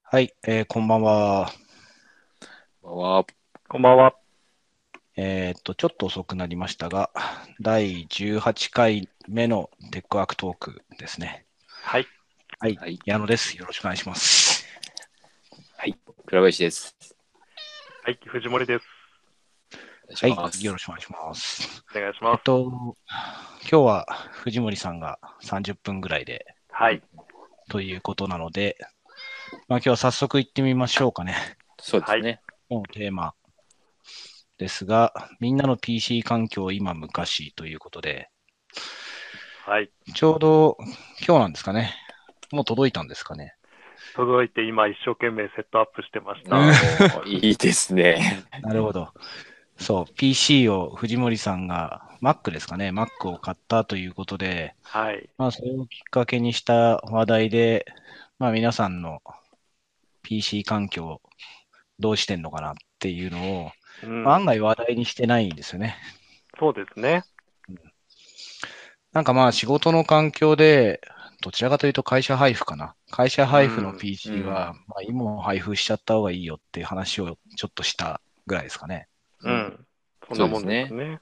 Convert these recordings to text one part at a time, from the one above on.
はい、こんばんは。 は、 こんばんは。 ちょっと遅くなりましたが、第18回目のテックワークトークですね。 はい。 はい、 はい、 矢野です。よろしくお願いします。 はい、倉林です。 はい。藤森です。 お願いしはい、 ます。 よろしくお願いします。 お願いします。 今日は藤森さんが30分ぐらいではい。 ということなので、今日は早速行ってみましょうかね。 はい。 そうですね。 このテーマですが、みんなの PC 環境今昔ということで、 はい。 ちょうど今日なんですかね。もう届いたんですかね。 届いて今一生懸命セットアップしてました。 うん、 いいですね。 なるほど。そう、PC を藤森さんが Mac ですかね、Mac を買ったということで、 はい。 それをきっかけにした話題で、皆さんの PC 環境どうしてんのかなっていうのを、 うん。 案外話題にしてないんですよね。 そうですね。 なんか仕事の環境で、どちらかというと会社配布かな。会社配布のうん。 う PC は、 ん。 今も配布しちゃった方がいいよっていう話をちょっとしたぐらいですかね。 うん。そんそなもんですうですね。 ね。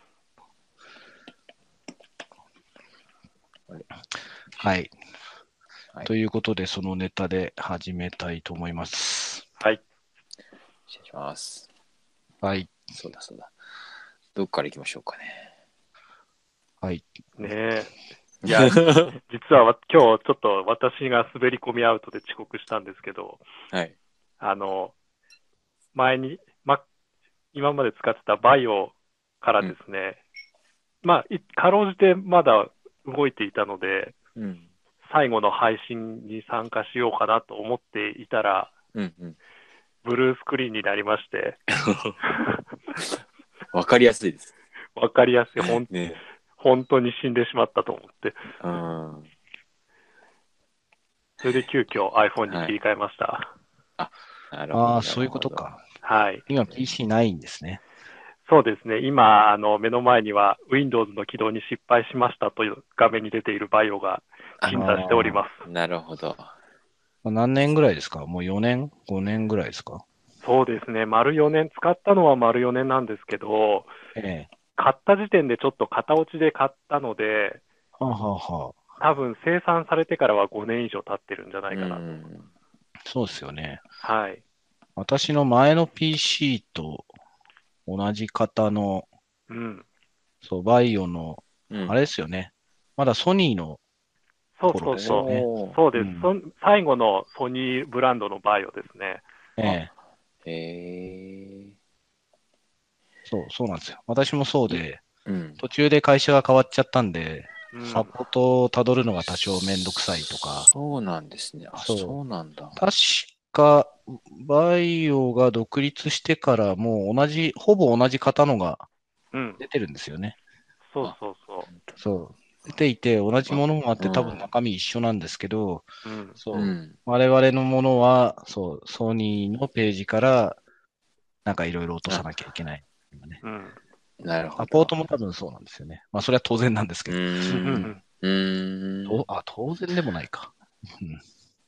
はい。 はい。 ということで、そのネタで始めたいと思います。 はい。 失礼します。 はい。 そうだそうだ。どっから行きましょうかね。 はい。 ねえ。いや、実は今日ちょっと私が滑り込みアウトで遅刻したんですけど、 はい。 あの、前に、今まで使ってたバイオからうん。 ですね、かろうじてまだ動いていたので、 うん。 最後の配信に参加しようかなと思っていたら、 うん。うん。 ブルースクリーンになりまして、 わかりやすいです。 わかりやすい、 ね。 本当に死んでしまったと思って、 うん。 それで急遽 iPhone にはい。 切り替えました。 あ、なるほど、 ああ、 なそういうこるほど。 とか。 はい。 今 PC ないんですね。 そうですね、今、目の前には Windows の起動に失敗しましたという画面に出ているバイオがあ、 鎮座しておりまあす。 なるほど。 あ、何年ぐらいですか？もう4年 ?5 年ぐらいですか？ そうですね、丸4年、使ったのは丸4年なんですけど、 ええ。 買った時点でちょっと型落ちで買ったので、 はあ、はあはあ、 多分生産されてからは5年以上経ってるんじゃなういかなと。 ん。 そうですよね。 はい。 私の前の PC と同じ型の、 うん。 そう、バイオの、あうん。 れですよね。まだソニーのそう頃ですよそうそう。 ね。 おー。 そうです。 うん。 最後のソニーブランドのバイオですね。 あ、 ええ。 へえ。 そうなんですよ。私もそうい、 で、 うん。 途中で会社が変わっちゃったんで、サうん。 ポートをたどるのが多少めんどくさいとか、 そうなんですね。あ、 そう。 そうなんだ。 確か、バイオが独立してからもうほぼ同じ型のがうん。 出てるんですよね。 そうあ、 そうそ本当だ。 そう。出ていて、同じあ、 ものもあって多分うん。 中身一緒なんですけど、 う。うん。 そう。 うん。 我々のものは、そう、ソニーのページからなんかいろいろ落とさあ、 なきゃいけない。ね、 うん。 なるほど。 サポートも多分そうなんですよね。それは当然なんですけうど。 ーん。うーん。 当然でもないか。うん、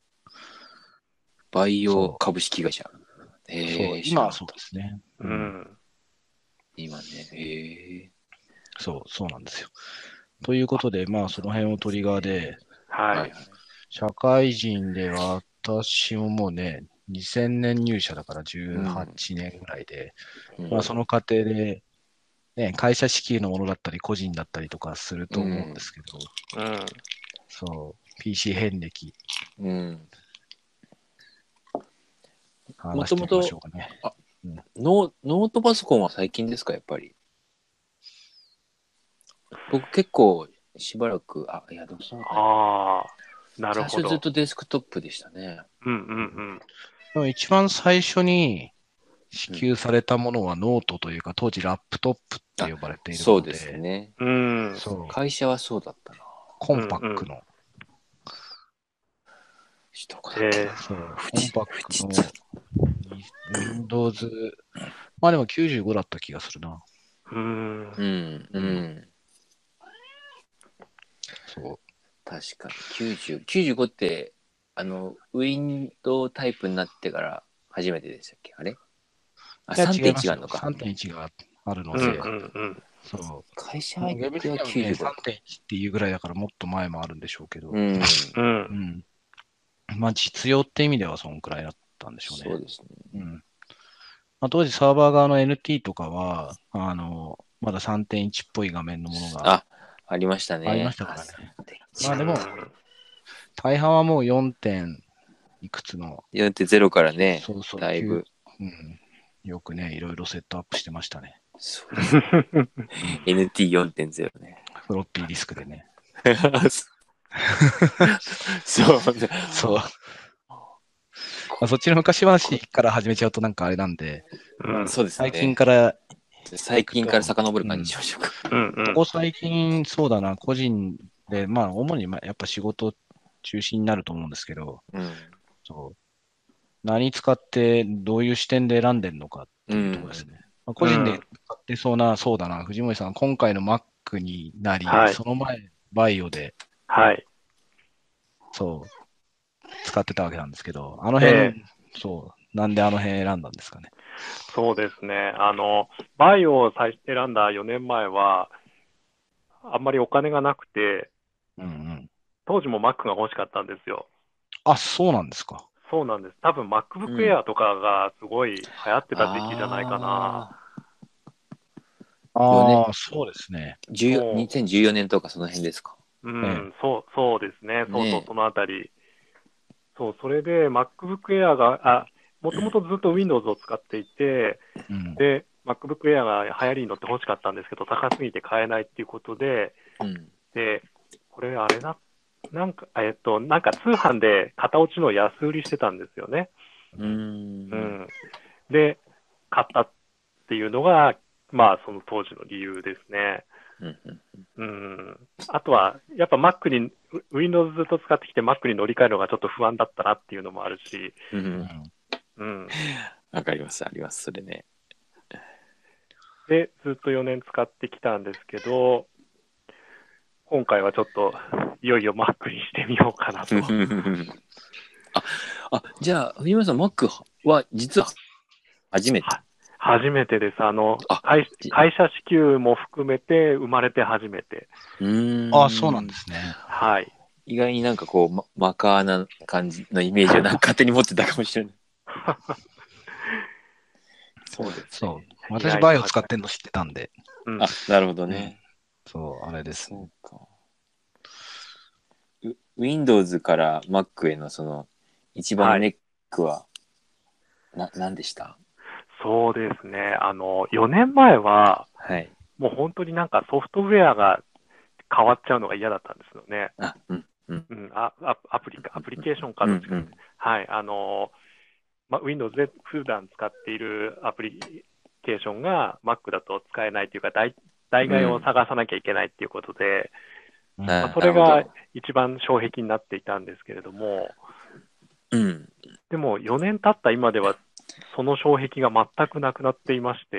バイオそ株式会社。 う。そう。 知ら今はなかった。 そうですね。 ううん。 ん。 今ね。 そうなんですよ。ということで、その辺をトリそうなんですね。 ガーで、 はい。 はいはい。 社会人で私ももうね、2000年入社だからうん。 18年ぐらいで、 うん。 その過程で、ね、会社支給のものだったり、個人だったりとかすると思うんでうん。 すけど、 うん。 そう、PC 遍歴うん。も話してみましともと、 ょうかね。 あ、 うん、 ノートパソコンは最近ですか、やっぱり。僕結構しばらく、あ、いや、でもそんなことないか。 ああ、なる最初ずっほど。 とデスクトップでしたね。 うんうんでも一番最初に支うん。 給されたものはノートというか、当時ラップトップってあ、 呼ばれているもそうですので、 ね。 うん。うん。 そう、 会社はそうだったな。 コンうんうん。 パクトの、 どこだっけな。 えそう、コン富士、 パク富士通。 トのWindows、でも95だった気がするな。 うん。 うん、 うん、 うん。 そう。 確かに。90、95ってウィンドウタイプになってから初めてでしたっけあれあ、 いや、違い 3.1 ますよ。 があるのか。 3.1があるので、 うんうんそ会社う。 入ゲームっては的にはね、 95。 3.1っていうぐらいだからもっと前もあるんでしょうけど、 うん。 うん。 まあ実用って意味ではそんくらいだったんでしょうね。 そうですね。 まあ、当時サーバー側の NT とかは、まだ3.1っぽい画面のものがありましたね。 ありましたからね。まあでも、 うん大半はもう 4. 点いくつの、 4.0からね、 そうそう、 だいぶ。 よくね、いろいろセットアップしてましたね。 そうです。NT4.0 ね。 フロッピーディスクでね。 そうね。 そう。まあ、そっちの昔話から始めちゃうとなんかあれなんで、 うんそうですね。 最近から最近から遡る感じにしましょうか。 うんここ最近、そうだな、個人で、まあ、主にやっぱ仕事中心になると思うんですけど、そう何使って、どういう視点で選んでるのかっていうところですね。まあ、個人で使ってそうな、そうだな、藤森さん、今回の Mac になり、 はいその前、バイオで、 はい。 そう、使ってたわけなんですけど、あの辺、そう、なんであの辺選んだんですかね。 そうですね。バイオを選んだ4年前は、あんまりお金がなくて、当時も Mac が欲しかったんですよ。 あ、そうなんですか。 そうなんです。多分 MacBook Air とかがすごい流行ってた時期じゃないかな。 ああ、そうですね。 2014年とかその辺ですか。 そうですね。そうそう、 ねそのあたり。そう、それで MacBook Air が、もともとずっと Windows を使っていて、で、MacBook Air が流行りに乗って欲しかったんですけど、高すぎて買えないっていうことで、で、これあれだ、なんか通販で型落ちの安売りしてたんですよね。で、買ったっていうのが、まあ、その当時の理由ですね。あとは、やっぱ Mac に、Windows ずっと使ってきて Mac に乗り換えるのがちょっと不安だったなっていうのもあるし。 わかります、あります、それね。 で、ずっと4年使ってきたんですけど、今回はちょっと、いよいよ Mac にしてみようかなと。 じゃあ、藤森さん、Mac は実は初めて初めてです。会社支給も含めて生まれて初めて。 あ、そうなんですね。 はい。 意外になんかこう、マカーな感じのイメージをなんか勝手に持ってたかもしれない。 そうです、ね。 そう。私、バイオ使ってんの知ってたんで。 なるほどね。 そう、あれです。 そうか。Windows から Mac へのその一番のネックは、何でした？ そうですね。4年前は、もう本当になんかソフトウェアが変わっちゃうのが嫌だったんですよね。アプリケーションかどっちか。はい。Windows で普段使っているアプリケーションが Mac だと使えないというか、代替を探さなきゃいけないっていうことで、それが一番障壁になっていたんですけれども、でも4年経った今では、その障壁が全くなくなっていまして、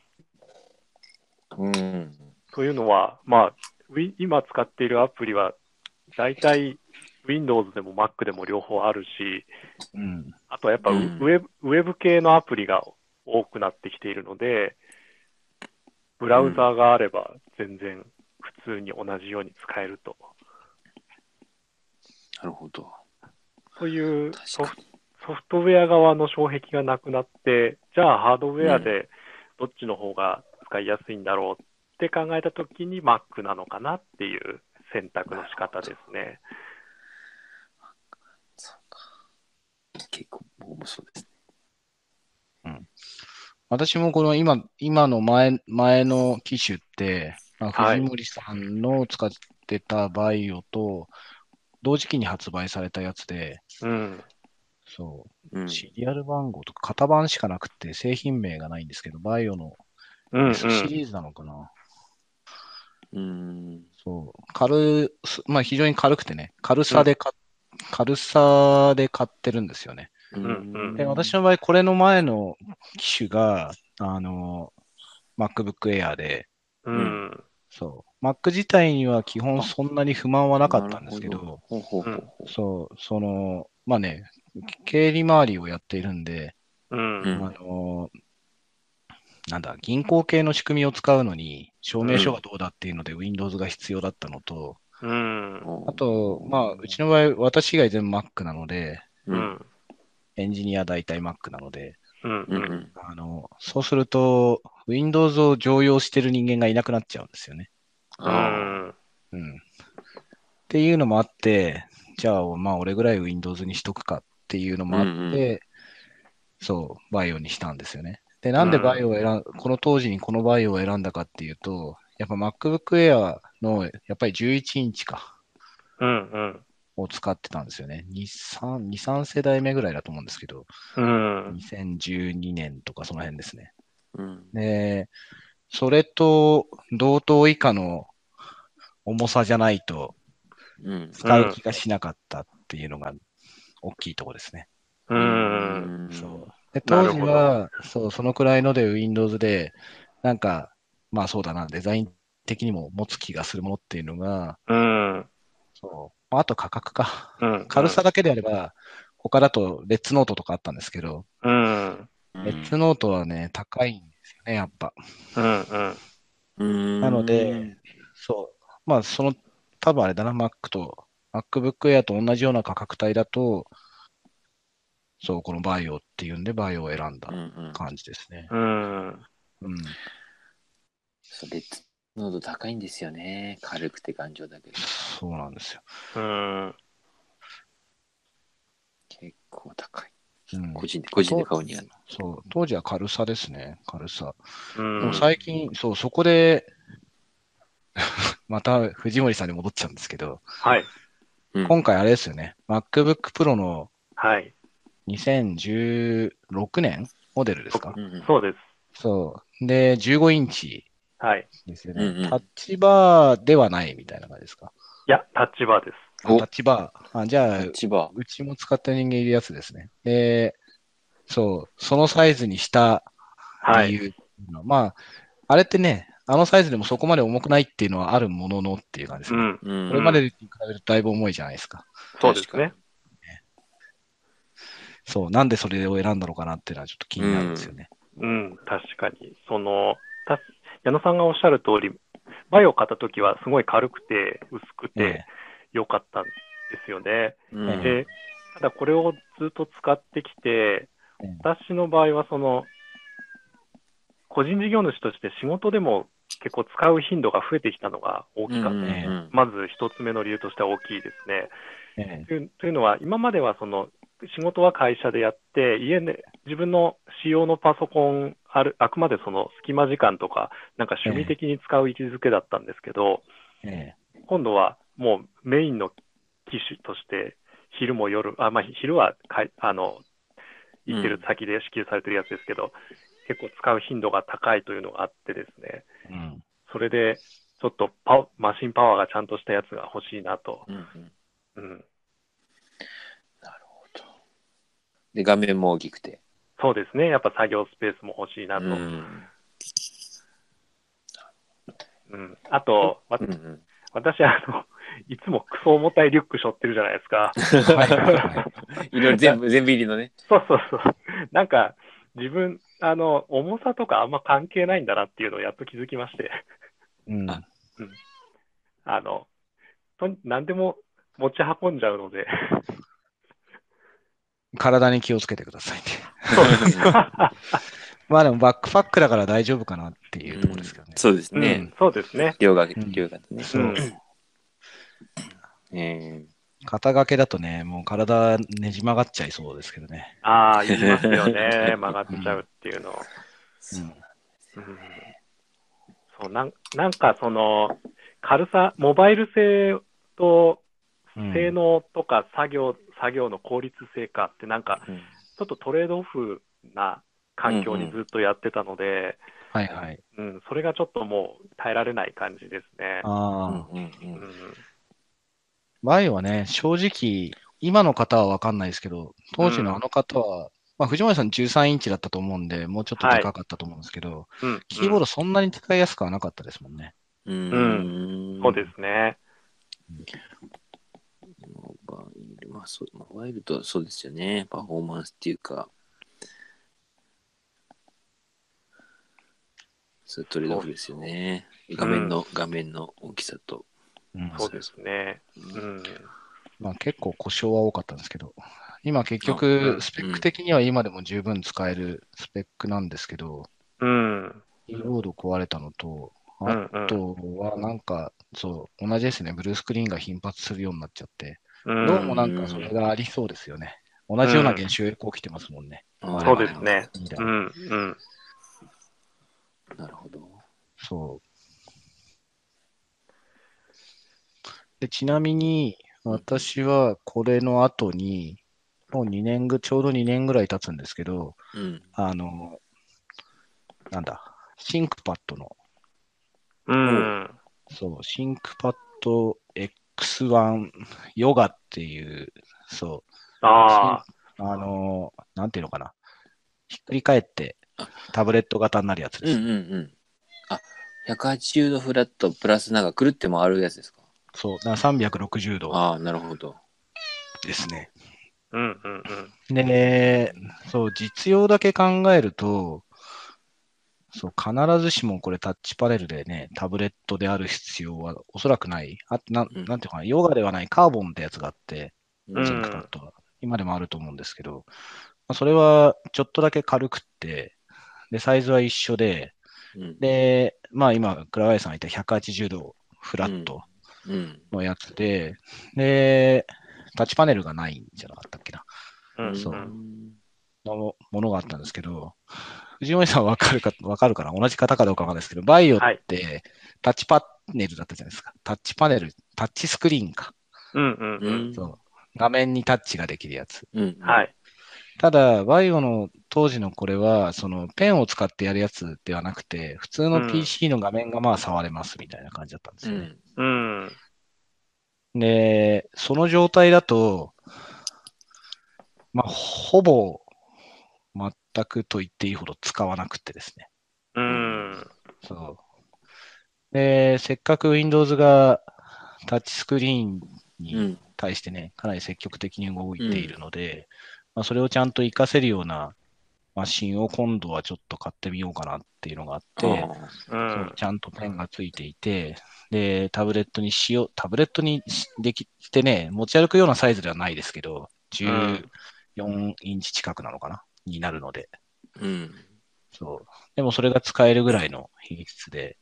というのは、まあ、今使っているアプリは、大体 Windows でも Mac でも両方あるし、あとはやっぱウェブ系のアプリが多くなってきているので、ブラウザーがあれば全然普通に同じように使えると。 なるほど。 というソフトウェア側の障壁がなくなって、じゃあハードウェアでどっちの方が使いやすいんだろうって考えたときに Mac なのかなっていう選択の仕方ですね。 そうか。結構僕もそうですね。 私もこの今の前の機種って、藤森さんの使ってたバイオと同時期に発売されたやつで、そう、シリアル番号とか型番しかなくて製品名がないんですけど、バイオの S シリーズなのかな。そう、まあ非常に軽くてね、軽さで買ってるんですよね。で、私の場合、これの前の機種が、MacBook Air で、そ Mac 自体には基本そんなに不満はなかったんですけど、そう、まあね、経理周りをやっているんで、なんだ、銀行系の仕組みを使うのに、証明書がどうだっていうので Windows が必要だったのと、あと、まあ、うちの場合、私以外全部 Mac なので、エンジニア大体 Mac なので、そうすると、Windows を常用してる人間がいなくなっちゃうんですよね。っていうのもあって、じゃあ、まあ、俺ぐらい Windows にしとくかっていうのもあって、そう、バイオにしたんですよね。で、なんでバイオをこの当時にこのバイオを選んだかっていうと、やっぱ MacBook Air の、やっぱり11インチか。を使ってたんですよね。2、3世代目ぐらいだと思うんですけど、2012年とかその辺ですね。で、それと同等以下の重さじゃないと使う気がしなかったっていうのが大きいところですね。そうで当時はそのくらいので Windows で、なんか、まあそうだな、デザイン的にも持つ気がするものっていうのが、あと価格か。軽さだけであれば、他だとレッツノートとかあったんですけど、レッツノートはね、高いんですよね、やっぱ。なので、まあ多分あれだな、MacBook Air と同じような価格帯だと、このバイオっていうんで、バイオを選んだ感じですね。 レッツノート高いんですよね。軽くて頑丈だけど。 そうなんですよ。 結構高い。個人で買うには。 当時は軽さですね、軽さ。でも最近、そこでまた藤森さんに戻っちゃうんですけど、今回あれですよね、MacBook Pro の2016年モデルですか？ そうです。 で、15インチですよね。タッチバーではないみたいな感じですか？ いや、タッチバーです。 タッチバー。じゃあ、うちも使った人間いるやつですね。そのサイズにした理由。まあ、あれってね、あのサイズでもそこまで重くないっていうのはあるもののっていう感じですね。これまでに比べるとだいぶ重いじゃないですか。 そうですね。 なんでそれを選んだのかなっていうのはちょっと気になるんですよね。 確かに。矢野さんがおっしゃる通り、バイオを買ったときはすごい軽くて薄くて良かったんですよね。で、ただこれをずっと使ってきて、私の場合は個人事業主として仕事でも結構使う頻度が増えてきたのが大きかった。まず一つ目の理由としては大きいですね。というのは、今までは仕事は会社でやって、家で自分の使用のパソコンあくまで隙間時間とか、なんか趣味的に使う位置づけだったんですけど、今度はもうメインの機種として、昼も夜、昼は行ってる先で支給されてるやつですけど、結構使う頻度が高いというのがあってですね、それでちょっとマシンパワーがちゃんとしたやつが欲しいなと。 なるほど。で、画面も大きくて。 そうですね、やっぱ作業スペースも欲しいなと。あと、私いつもクソ重たいリュック背負ってるじゃないですか。 いろいろ全部入りのね。 そう。なんか、自分、重さとかあんま関係ないんだなっていうのをやっと気づきまして。何でも持ち運んじゃうので。 体に気をつけてくださいね。そうですね。まあでもバックパックだから大丈夫かなっていうところですけどね。 そうですね。 そうですね。 量がね。 そう。肩掛けだとね、もう体ねじ曲がっちゃいそうですけどね。 言いますよね。曲がっちゃうっていうの。なんか軽さ、モバイル性と性能とか作業の効率性かってなんか、ちょっとトレードオフな環境にずっとやってたので、それがちょっともう耐えられない感じですね。 バイオはね、正直、今の方は分かんないですけど、当時のあの方は、藤森さん13インチだったと思うんで、もうちょっとでかかったと思うんですけど、キーボードそんなに使いやすくはなかったですもんね。 そうですね。 モバイルとそうですよね。パフォーマンスっていうか、そういうトレードオフですよね。画面の大きさと。 そうですね。 まあ結構故障は多かったんですけど、今結局、スペック的には今でも十分使えるスペックなんですけど、キーボード壊れたのと、あとはなんか、そう、同じですね、ブルースクリーンが頻発するようになっちゃって、どうもなんかそれがありそうですよね。同じような現象よく起きてますもんね。 そうですね。 なるほど。 そう。で、ちなみに、私はこれの後に、もうちょうど2年ぐらい経つんですけど、なんだ、シンクパッドの、そう、シンクパッド X1 ヨガっていう、そう、なんていうのかな、ひっくり返ってタブレット型になるやつです。 あ、180度フラットプラスなんかくるって回るやつですか？ そう、だから360度。 ああ、なるほど。 ですね。で、そう、実用だけ考えると、そう、必ずしもこれタッチパネルでね、タブレットである必要はおそらくない。なんていうかな、ヨガではないカーボンってやつがあって、シンクパッドは。今でもあると思うんですけど、それはちょっとだけ軽くって、で、サイズは一緒で、で、まあ今、倉林さんが言った180度フラットのやつで、で、タッチパネルがないんじゃなかったっけな。そう。のものがあったんですけど、藤森さんわかるかな、同じ方かどうかわかんないですけど、バイオってタッチパネルだったじゃないですか。タッチパネル、タッチスクリーンか。そう。画面にタッチができるやつ。 はい。 ただ、バイオの当時のこれは、そのペンを使ってやるやつではなくて、普通の PC の画面がまあ触れますみたいな感じだったんですよね。で、その状態だと、まあ、ほぼ全くと言っていいほど使わなくてですね。そう。で、せっかく Windows がタッチスクリーンに対してね、かなり積極的に動いているので、まあ、それをちゃんと活かせるようなマシンを今度はちょっと買ってみようかなっていうのがあって、そうちゃんとペンがついていて、で、タブレットにできてね、持ち歩くようなサイズではないですけど、14インチ近くなのかなになるので。そう。でもそれが使えるぐらいの品質で、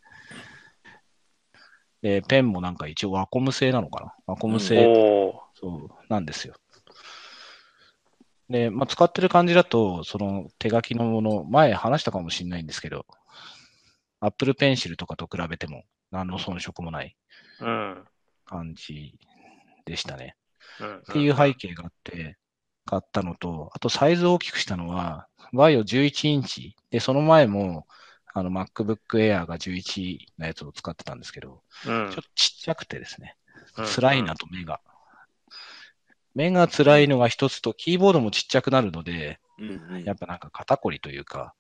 で、ペンもなんか一応ワコム製なのかな、ワコム製、そうなんですよ。で、まあ、使ってる感じだと、その手書きのもの、前話したかもしれないんですけど、Apple Pencil とかと比べても何の遜色もない感じでしたね。っていう背景があって買ったのと、あとサイズを大きくしたのは、バイオ11インチで、その前もMacBook Air が11のやつを使ってたんですけど、ちょっとちっちゃくてですね、辛いなと目が。目が辛いのが一つと、キーボードもちっちゃくなるので、やっぱなんか肩こりというか、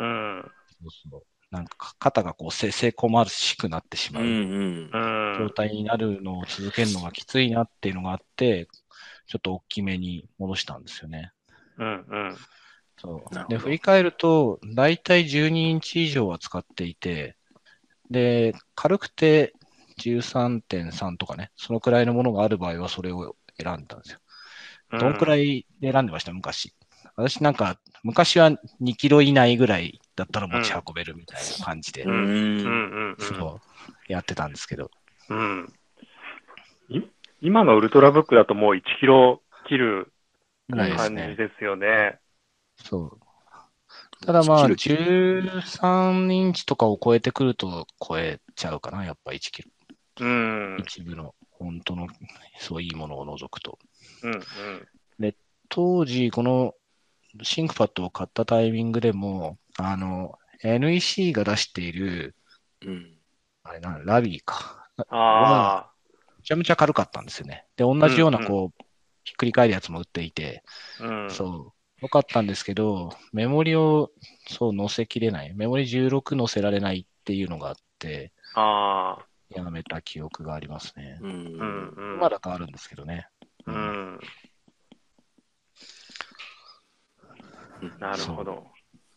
なんか肩がこうせこましくなってしまう状態になるのを続けるのがきついなっていうのがあって、ちょっと大きめに戻したんですよね。そうで、振り返ると、だいたい12インチ以上は使っていて、で、軽くて13.3とかね、そのくらいのものがある場合はそれを選んだんですよ。どんくらいで選んでました、昔。私なんか、昔は2キロ以内ぐらいだったら持ち運べるみたいな感じで、そう、やってたんですけど。 今のウルトラブックだともう1キロ切る感じですよね。 そう。ただまあ、13インチとかを超えてくると超えちゃうかな、やっぱ1キロ。一部の、本当の、そういいものを除くと。で、当時、このシンクパッドを買ったタイミングでも、NEC が出している、あれラビーか。めちゃめちゃ軽かったんですよね。で、同じような、こう、ひっくり返るやつも売っていて、そう、よかったんですけど、メモリを、そう、載せきれない。メモリ16載せられないっていうのがあって、 やめた記憶がありますね。 うんうん。 まだ変わるんですけどね。 うん。なるほど。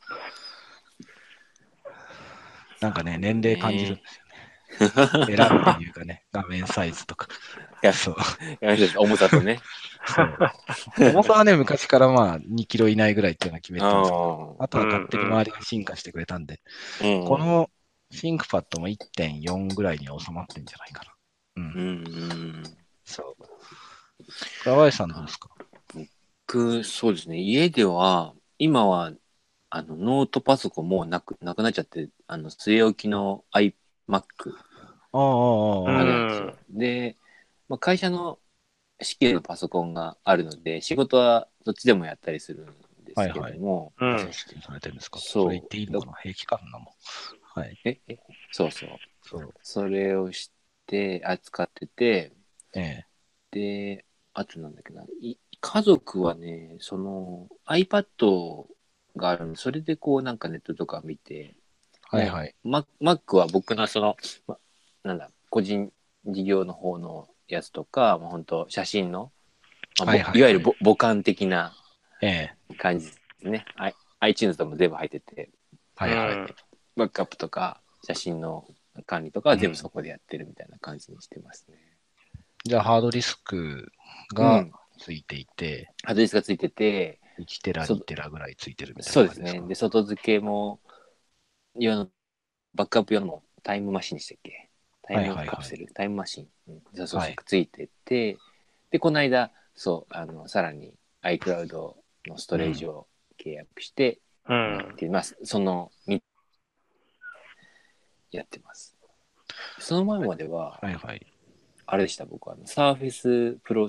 なんかね、年齢感じるんですよね。選ぶっていうかね、画面サイズとか。そう。 重さとね。 そう。重さはね、昔からまあ2キロ以内ぐらいっていうのは決めてたんですけど、あとは勝手に周りが進化してくれたんで、このシンクパッドも 1.4 ぐらいに収まってんじゃないかな。そう。倉林さんどうですか？ 僕、そうですね。家では、今は、ノートパソコンもうなくなっちゃって、据え置きの iMac なんですよ。で、会社の試験のパソコンがあるので、仕事はどっちでもやったりするんですけども。 はいはい。試験されてるんですか？それ言っていいのかな？平気かなもん。はい。 そう。それをして扱ってて、で、あとなんだっけな、家族はね、その iPad があるんで、それでこうなんかネットとか見て、 はいはい。 Mac は僕のその、個人事業の方のやつとか、本当写真の、いわゆる母艦的な感じですね。iTunes とも全部入ってて、バックアップとか写真の管理とかは全部そこでやってるみたいな感じにしてますね。 じゃあハードディスクがついていて、 ハードディスクがついてて、 1テラ、2テラぐらいついてるみたいなそうですね。で、外付けも、バックアップ用のタイムマシンでしたっけ？タイムカプセル、タイムマシン。そうついてて、で、この間、さらに iCloud のストレージを契約して、で、その3つやってます。その前までは、あれでした、僕は。Surface Pro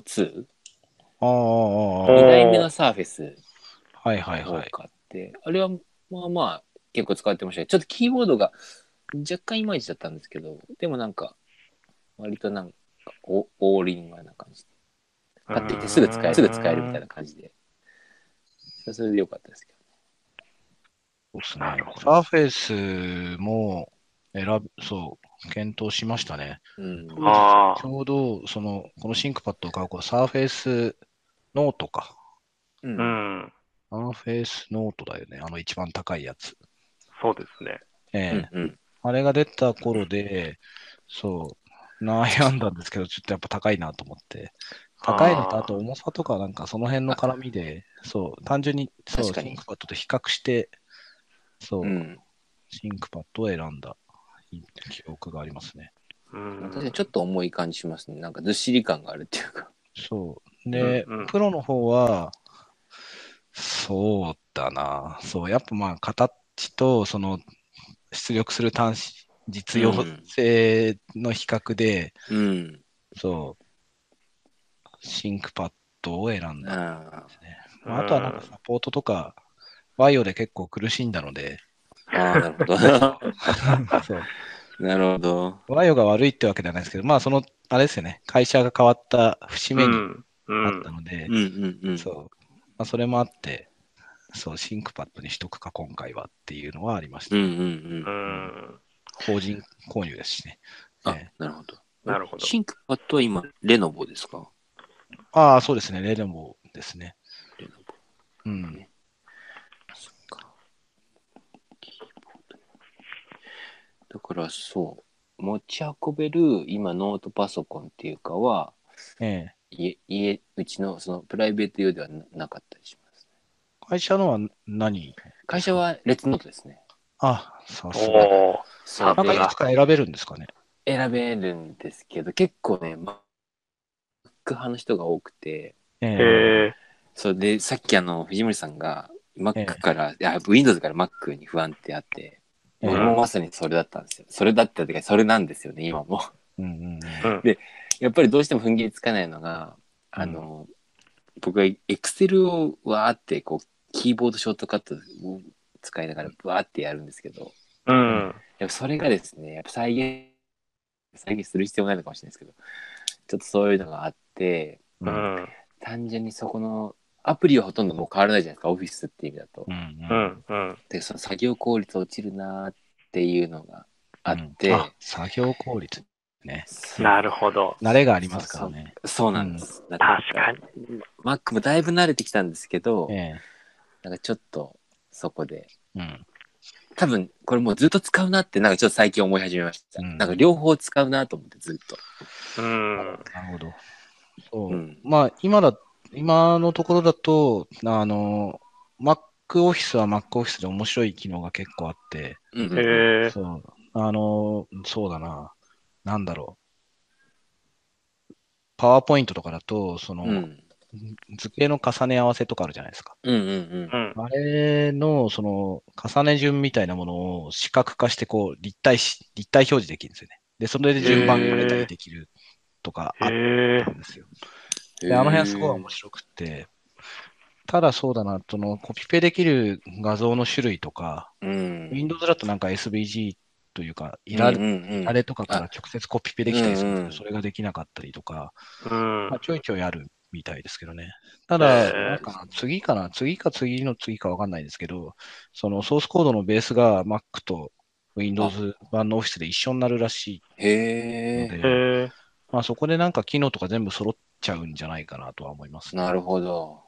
2。2代目の Surface の方があって、あれは結構使ってましたね。ちょっとキーボードが若干いまいちだったんですけど、でもなんか、割となんか、オールインワンな感じで。買ってきてすぐ使えるみたいな感じで。それでよかったですけど。 そうですね。サーフェイスも検討しましたね。ちょうど、このシンクパッドを買う頃、サーフェイスノートか。サーフェイスノートだよね。一番高いやつ。 そうですね。 あれが出た頃で、悩んだんですけど、ちょっとやっぱ高いなと思って。高いのと、あと重さとかなんかその辺の絡みで、単純に、シンクパッドと比較して、シンクパッドを選んだ記憶がありますね。 確かにちょっと重い感じしますね。なんかずっしり感があるっていうか。 で、プロの方は、そうだな。やっぱ形と、出力する端子、実用性の比較で、シンクパッドを選んだんですね。あとはなんかサポートとか、バイオで結構苦しんだので。 なるほど。なるほど。 バイオが悪いってわけではないですけど、あれですよね、会社が変わった節目にあったので、それもあって、シンクパッドにしとくか、今回はっていうのはありました。法人購入ですしね。 なるほど。なるほど。シンクパッドは今、レノボですか？ そうですね、レノボですね。レノボ。 そっか。だから持ち運べる今ノートパソコンっていうかは、うちのそのプライベート用ではなかったりします。 会社のは何？ 会社はレッツノートですね。 さすが。なんかいくつか選べるんですかね？ 選べるんですけど、結構ね、Mac 派の人が多くて、それでさっき藤森さんが Mac から、Windows から Mac に不安ってあって、僕もまさにそれだったんですよ。それだったってか、それなんですよね、今も。で、やっぱりどうしても踏ん切りつかないのが、僕は Excel をわーってこう、キーボードショートカットを使いながらわーってやるんですけど、やっぱそれがですね、やっぱ再現する必要ないのかもしれないですけど、ちょっとそういうのがあって、単純にそこのアプリはほとんどもう変わらないじゃないですか、オフィスっていう意味だと。で、その作業効率落ちるなっていうのがあって、 作業効率ね。 なるほど。 慣れがありますからね。 そうなんです。 確かに。 Mac もだいぶ慣れてきたんですけど、なんかちょっとそこで、多分これもうずっと使うなってなんかちょっと最近思い始めました。なんか両方使うなと思ってずっと。 なるほど。そう。まあ今のところだと、Mac Office は Mac Office で面白い機能が結構あって、そう。そうだな。なんだろう。パワーポイントとかだと、図形の重ね合わせとかあるじゃないですか。あれの、重ね順みたいなものを視覚化して、こう、立体表示できるんですよね。で、それで順番変えたりできるとかあったんですよ。で、あの辺はすごい面白くて、ただそうだな、コピペできる画像の種類とか、Windows だとなんか SVG というか、いられとかから直接コピペできたりするんですけど、それができなかったりとか、ちょいちょいあるみたいですけどね。ただ、なんかな、次か次の次かわかんないですけど、そのソースコードのベースが Mac と Windows 版の Office で一緒になるらしいので、まあそこでなんか機能とか全部揃っちゃうんじゃないかなとは思いますね。 なるほど。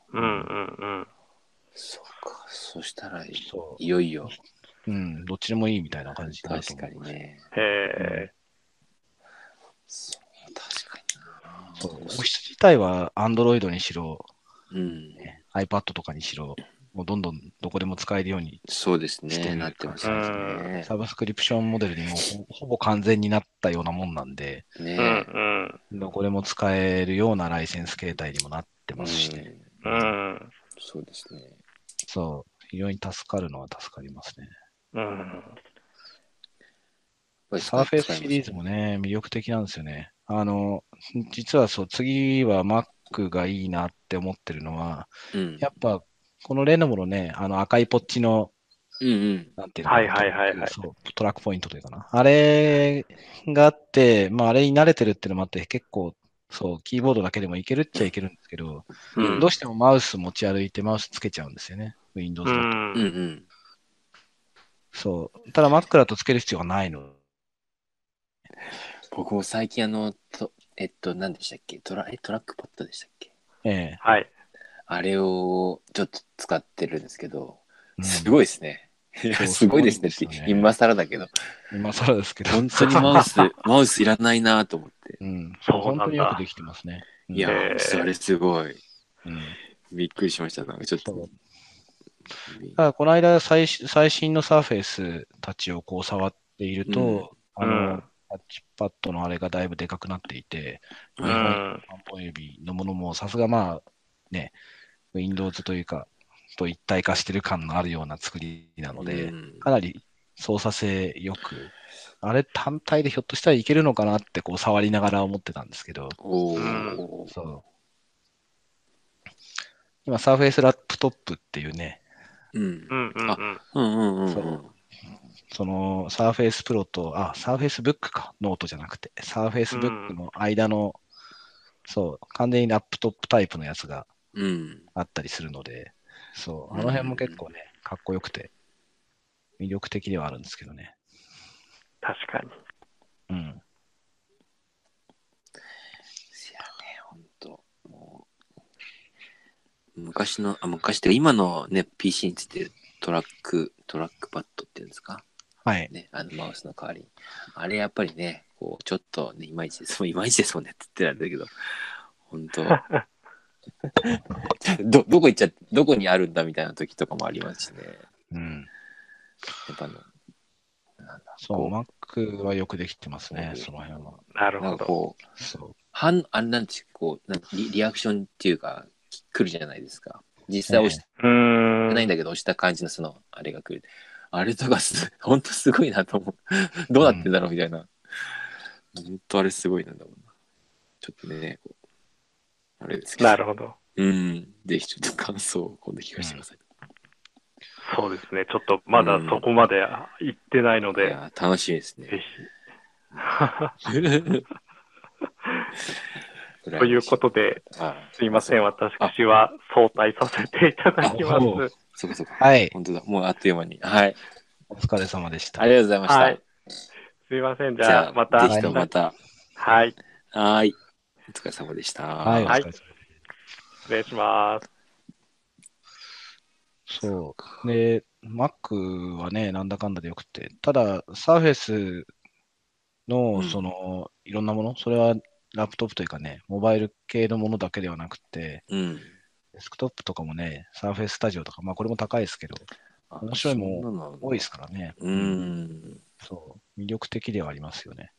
そうか。そしたらいよいよ。 どっちでもいいみたいな感じになると思う。 確かにね。そう、確かにな。 そう、オフィス自体は Android にしろ、iPad とかにしろ、もうどんどんどこでも使えるようにそうですね、なってますね。 サブスクリプションモデルにもほぼ完全になったようなもんなんで、どこでも使えるようなライセンス形態にもなってますしね。 そうですね。 そう、非常に助かるのは助かりますね。サーフェイスシリーズもね、魅力的なんですよね。実はそう、次は Mac がいいなって思ってるのは、やっぱ、このレノボのね、赤いポッチの、なんていうのかな、トラックポイントというかな。あれがあって、まあ、あれに慣れてるっていうのもあって、結構、そう、キーボードだけでもいけるっちゃいけるんですけど、どうしてもマウス持ち歩いてマウスつけちゃうんですよね。Windows だと。そう。ただ Mac だとつける必要がないの。 僕も最近何でしたっけトラックパッドでしたっけはい。 あれをちょっと使ってるんですけど、すごいですね。すごいですねって、今更だけど。 今更ですけど。 本当にマウスいらないなと思って。 そう、本当によくできてますね。 いや、それすごい。びっくりしました。なんかちょっと。 ただこの間最新のサーフェイスたちをこう触っていると、タッチパッドのあれがだいぶでかくなっていて、2本3本指のものもさすがまあね、Windows というか、と一体化してる感のあるような作りなので、かなり操作性よく、あれ単体でひょっとしたらいけるのかなってこう触りながら思ってたんですけど、そう。今、サーフェイスラップトップっていうね、そのサーフェイスプロと、サーフェイスブックか、ノートじゃなくて、サーフェイスブックの間の、そう、完全にラップトップタイプのやつがあったりするので、そう、あの辺も結構ね、かっこよくて、魅力的ではあるんですけどね。 確かに。 いやね、ほんと、もう、昔って今のね、PC についてるトラックパッドっていうんですかはい。 ね、マウスの代わりに。あれやっぱりね、こう、ちょっとね、いまいちですもんねって言ってたんだけど、本当どこにあるんだみたいな時とかもありますしね。やっぱそう、Mac はよくできてますね、その辺は。 なるほど。 こう、なんちこうリアクションっていうか、来るじゃないですか。実際押してないんだけど、押した感じのあれが来る。あれとか本当すごいなと思う。どうなってんだろうみたいな。本当あれすごいなんだもんな。ちょっとね、あれですけど。 なるほど。 ぜひちょっと感想を今度聞かせてください。 そうですね。ちょっとまだそこまで行ってないので。いや、楽しみですね。 ぜひ。ということで、すいません。私は早退させていただきます。 そうかそうか。 はい。 本当だ。もうあっという間に。はい。 お疲れ様でした。 ありがとうございました。 はい。すいません。じゃあ、また。 ぜひとまた。 はい。 はい。お疲れ様でした。 はい、お疲れ様です。 失礼します。 そう。で、Mac はね、なんだかんだでよくて、ただ、Surface の、いろんなもの、それはラップトップというかね、モバイル系のものだけではなくて、デスクトップとかもね、Surface Studio とか、これも高いですけど、面白いもん多いですからね。そう。魅力的ではありますよね。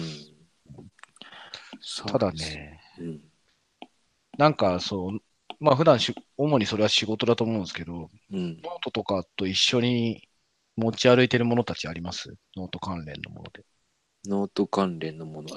ただね、なんかそう、普段主にそれは仕事だと思うんですけど、ノートとかと一緒に持ち歩いてるものたちあります？ノート関連のもので。 ノート関連のもの。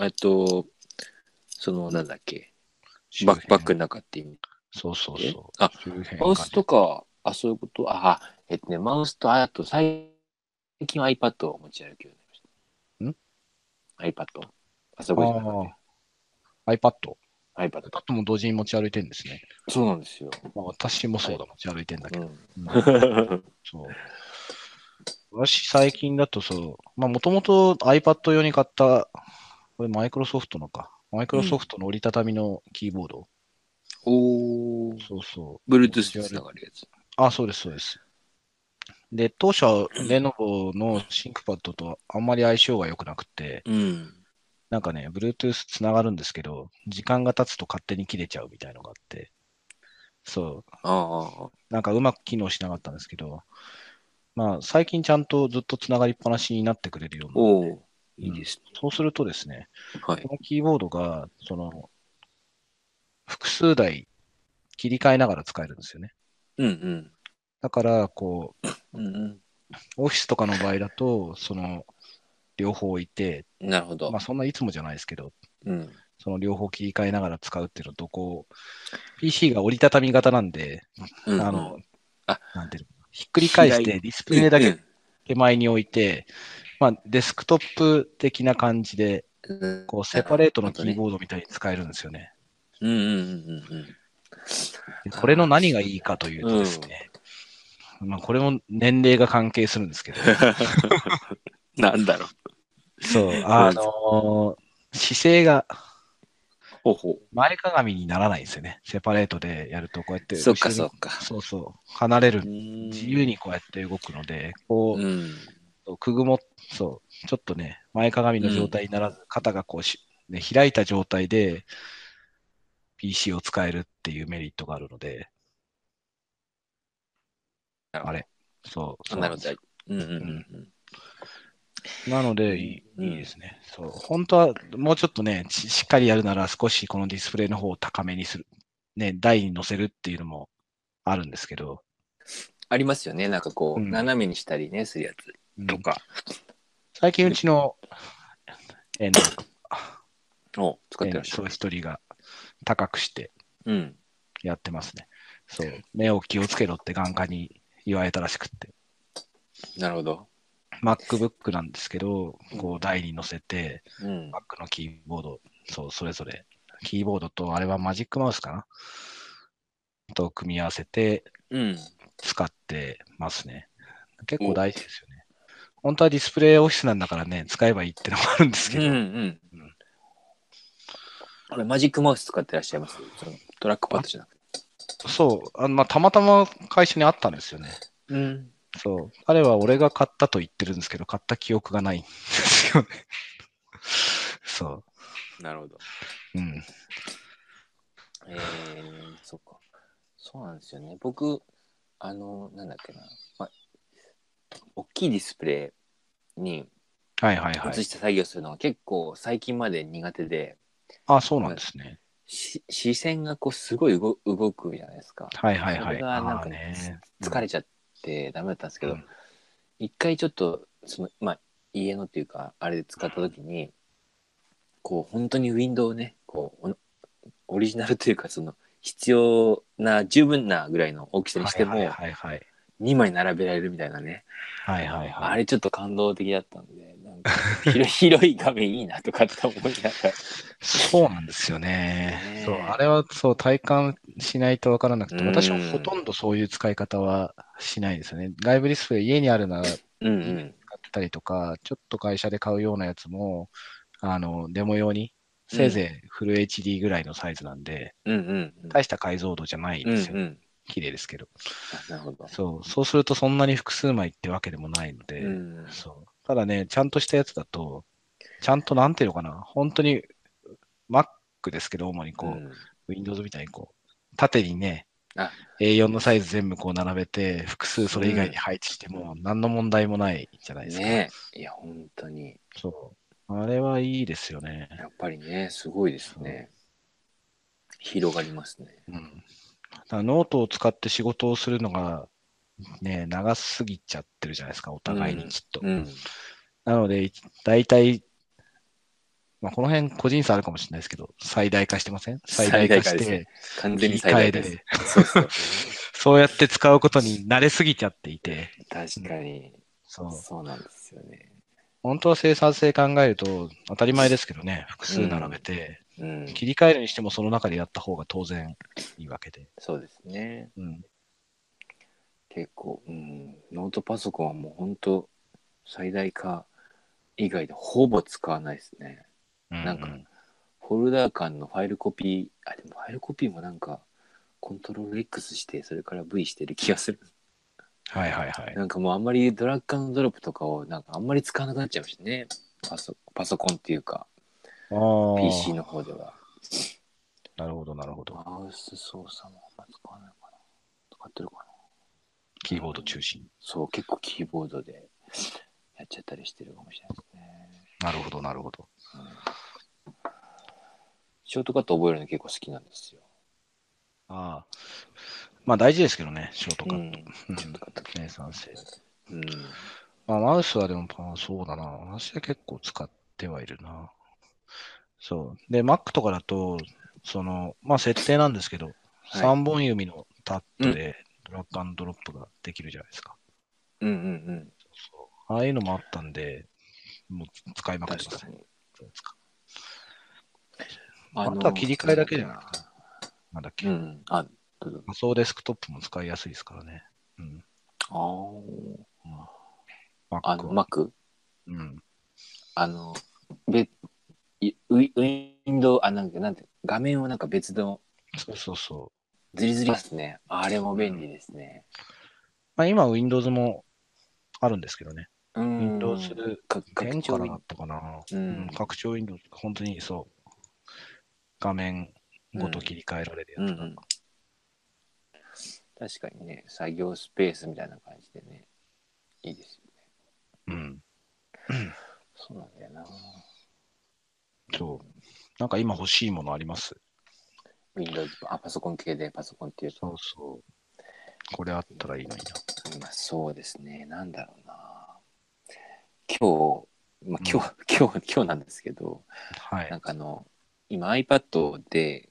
なんだっけ。バックの中って意味。 そうそうそう。 あ、マウスとか、そういうこと。マウスと、あと最近は iPad を持ち歩くようになりました。iPad。パソコンじゃなくて。 iPad。 iPad。 iPad も同時に持ち歩いてるんですね。 そうなんですよ。 私もそうだ、持ち歩いてんだけど。そう。私、最近だとそう、もともと iPad 用に買った、これマイクロソフトのか。マイクロソフトの折りたたみのキーボード。そうそう。 Bluetooth でつながるやつ。 そうです、そうです。で、当初はレノボのシンクパッドとあんまり相性が良くなくて、なんかね、Bluetooth つながるんですけど、時間が経つと勝手に切れちゃうみたいのがあって、そう。なんかうまく機能しなかったんですけど、最近ちゃんとずっとつながりっぱなしになってくれるようになって、 いいですね。 そうするとですね、このキーボードが、複数台切り替えながら使えるんですよね。だから、オフィスとかの場合だと、両方置いて、 なるほど。 そんないつもじゃないですけど、その両方切り替えながら使うっていうのと、PC が折りたたみ型なんで、なんていうの、ひっくり返してディスプレイだけ手前に置いて、デスクトップ的な感じで、セパレートのキーボードみたいに使えるんですよね。これの何がいいかというとですね、これも年齢が関係するんですけど。 なんだろう。そう、姿勢が前かがみにならないんですよね。セパレートでやると、こうやって後ろに、そうそう、離れる、自由にこうやって動くので、くぐも、そう、ちょっとね、前かがみの状態にならず、肩が開いた状態で PC を使えるっていうメリットがあるので、あれ、そう。 なるほど。 なのでいいですね。そう。本当はもうちょっとね、しっかりやるなら少しこのディスプレイの方を高めにする。ね、台に乗せるっていうのもあるんですけど。 ありますよね。なんか斜めにしたりね、するやつとか。 最近うちの遠藤使ってらっしゃる。 そう一人が高くしてやってますね。そう。目を気をつけろって眼科に言われたらしくって。 なるほど。 MacBook なんですけど、台に乗せて、Mac のキーボード、そう、それぞれ、キーボードと、あれはマジックマウスかなと組み合わせて、使ってますね。結構大事ですよね。本当はディスプレイオフィスなんだからね、使えばいいってのもあるんですけど。 あれ、マジックマウス使ってらっしゃいます？トラックパッドじゃなくて。 そう。たまたま会社にあったんですよね。そう。彼は俺が買ったと言ってるんですけど、買った記憶がないんですよね。そう。 なるほど。そっか。そうなんですよね。僕、なんだっけな。大きいディスプレイに映して作業するのは結構最近まで苦手で。 そうなんですね。 視線がすごい動くじゃないですか。それがなんか疲れちゃってダメだったんですけど、一回ちょっと家のっていうかあれで使った時に本当にウィンドウをねオリジナルというか必要な十分なぐらいの大きさにしても2枚並べられるみたいなね、あれちょっと感動的だったんで、なんか広い画面いいなとかって思いながらそうなんですよね。そう、あれはそう体感しないと分からなくて、私もほとんどそういう使い方はしないですよね。外部ディスプレイ家にあるなら、使ってたりとか、ちょっと会社で買うようなやつも、デモ用にせいぜいフル HD ぐらいのサイズなんで、大した解像度じゃないんですよ。綺麗ですけど。 なるほど。 そうするとそんなに複数枚ってわけでもないので、ただね、ちゃんとしたやつだと、ちゃんとなんていうのかな、本当に Mac ですけど、主にWindows みたいに縦にね、A4 のサイズ全部並べて、複数それ以外に配置しても、何の問題もないじゃないですか。 ね、いや、本当に。 あれはいいですよね。 やっぱりね、すごいですね。広がりますね。 ノートを使って仕事をするのが、ね、長すぎちゃってるじゃないですか、お互いにきっと。なので、大体、この辺個人差あるかもしれないですけど、最大化してません？最大化して、 完全に最大化で。 そうやって使うことに慣れすぎちゃっていて。 確かに。そうなんですよね。 本当は生産性考えると当たり前ですけどね、複数並べて、切り替えるにしてもその中でやった方が当然いいわけで。 そうですね。結構、ノートパソコンはもう本当最大化以外でほぼ使わないですね。なんか、フォルダー間のファイルコピー、でもファイルコピーもなんか、コントロール X して、それから V してる気がする。なんかもうあんまりドラッグアンドドロップとかをなんかあんまり使わなくなっちゃうしね。パソコンっていうか、PC の方では。 なるほど、なるほど。 マウス操作もあんま使わないかな。使ってるかな。 キーボード中心。 そう、結構キーボードでやっちゃったりしてるかもしれないですね。 なるほど、なるほど。 ショートカット覚えるの結構好きなんですよ。 まあ大事ですけどね、ショートカット。ショートカット計算性。マウスはでも、そうだな。私は結構使ってはいるな。で、Mac とかだと、設定なんですけど、3本指のタップでドラッグアンドドロップができるじゃないですか。ああいうのもあったんで、もう使いまくってますね。あとは切り替えだけじゃなくて、なんだっけ。仮想デスクトップも使いやすいですからね。 Mac？ ウィンドウ、なんて、画面をなんか別の、ずりずりますね。あれも便利ですね。 今、Windows もあるんですけどね。Windows 10からだったかな。拡張 Windows、本当に画面ごと切り替えられるやつが。 確かにね、作業スペースみたいな感じでね、いいですよね。そうなんだよな。 なんか今欲しいものあります？ Windows、パソコン系でパソコンっていうと。 これあったらいいのにな。そうですね、なんだろうな。今日なんですけど、なんか今 iPad で、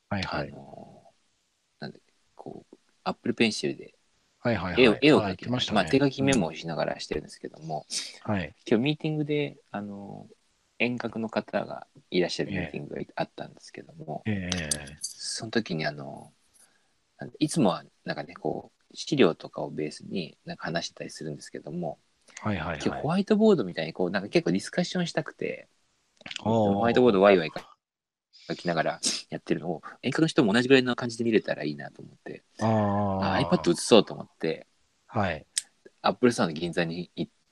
なんで、Apple Pencil で絵を描きましたね。手書きメモをしながらしてるんですけども、今日ミーティングで、遠隔の方がいらっしゃるミーティングがあったんですけども、その時にいつもはなんかね、資料とかをベースになんか話してたりするんですけども、今日ホワイトボードみたいになんか結構ディスカッションしたくて、ホワイトボードワイワイ書きながらやってるのを遠隔の人も同じぐらいの感じで見れたらいいなと思って、iPad 映そうと思って、アップルストアの銀座に行って、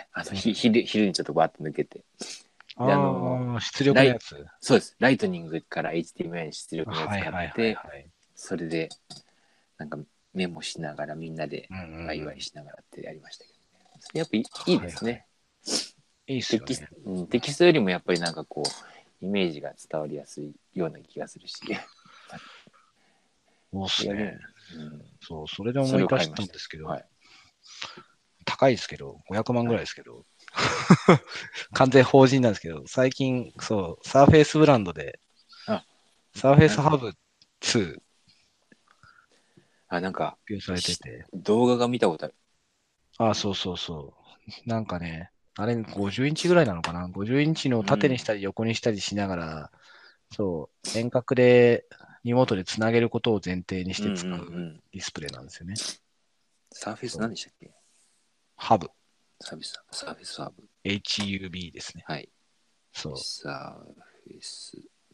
昼にちょっとバーッと抜けて、 出力のやつ。 そうです。ライトニングから HDMI に出力のやつ買って、それでなんかメモしながらみんなでワイワイしながらってやりましたけどね。やっぱいいですね。 いいっすよね。 テキストよりもやっぱりなんかイメージが伝わりやすいような気がするし。 そうっすね。それで思い出したんですけど、高いですけど、500万ぐらいですけど、完全法人なんですけど、最近、サーフェイスブランドで、サーフェイスハブ2、 なんか、 発表されてて。 動画が見たことある。 そう。なんかね、あれ50インチぐらいなのかな？ 50 インチの縦にしたり横にしたりしながら、遠隔でリモートでつなげることを前提にして使うディスプレイなんですよね。 サーフェイス何でしたっけ？ ハブ。 サーフェイスハブ。 HUB ですね。 はい。サーフェイス。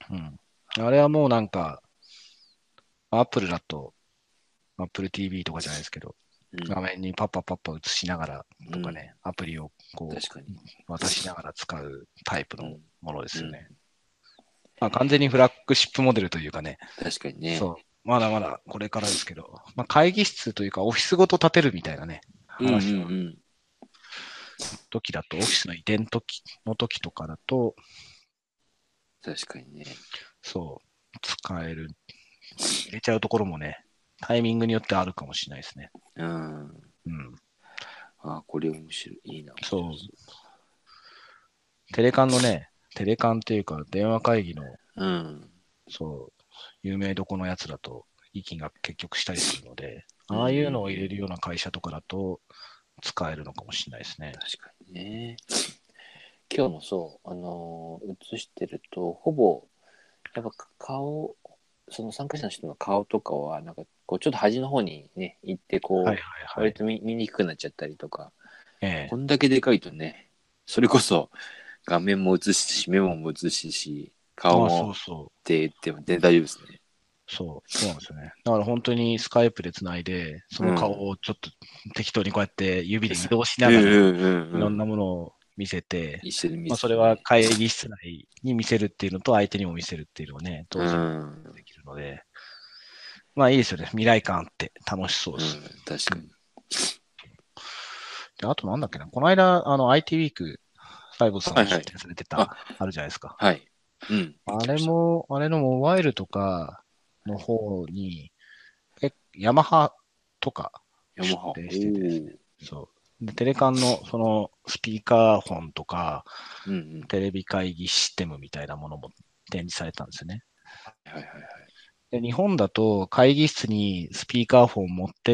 うん。あれはもうなんか、Apple だと、Apple TV とかじゃないですけど、画面にパッパ映しながらとかね、アプリをこう渡しながら使うタイプのものですよね。まあ、完全にフラッグシップモデルというかね。 確かにね。 そう。まだまだこれからですけど、まあ、会議室というかオフィスごと建てるみたいなね、話の時だと、オフィスの移転の時とかだと、 確かにね。 そう、使える。入れちゃうところもね、タイミングによってあるかもしれないですね。 うん。あ、これ面白い。いいな。 そう。テレカンのね、テレカンっていうか、電話会議の、そう、有名どこのやつだと、息が結局したりするので、ああいうのを入れるような会社とかだと、使えるのかもしれないですね。 確かにね。今日もそう、映してると、ほぼ、やっぱ顔、その参加者の人の顔とかは、なんか、こう、ちょっと端の方にね、行って、こう、割と見にくくなっちゃったりとか、こんだけでかいとね、それこそ、画面も映すし、メモも映すし、顔もって言っても全然大丈夫ですね。 そうなんですよね。だから本当にスカイプでつないで、その顔をちょっと適当にこうやって指で移動しながら、いろんなものを見せて、まあ、それは会議室内に見せるっていうのと、相手にも見せるっていうのをね、同時にできるので、まあいいですよね。未来感あって楽しそうです。 確かに。 で、あとなんだっけな。この間、IT ウィーク、サイボスさんも出展されてた、あるじゃないですか。 はい。 あれのモバイルとかの方に、ヤマハとか出展しててですね。そう。で、テレカンのそのスピーカーフォンとか、テレビ会議システムみたいなものも展示されたんですよね。で、日本だと会議室にスピーカーフォン持ってって、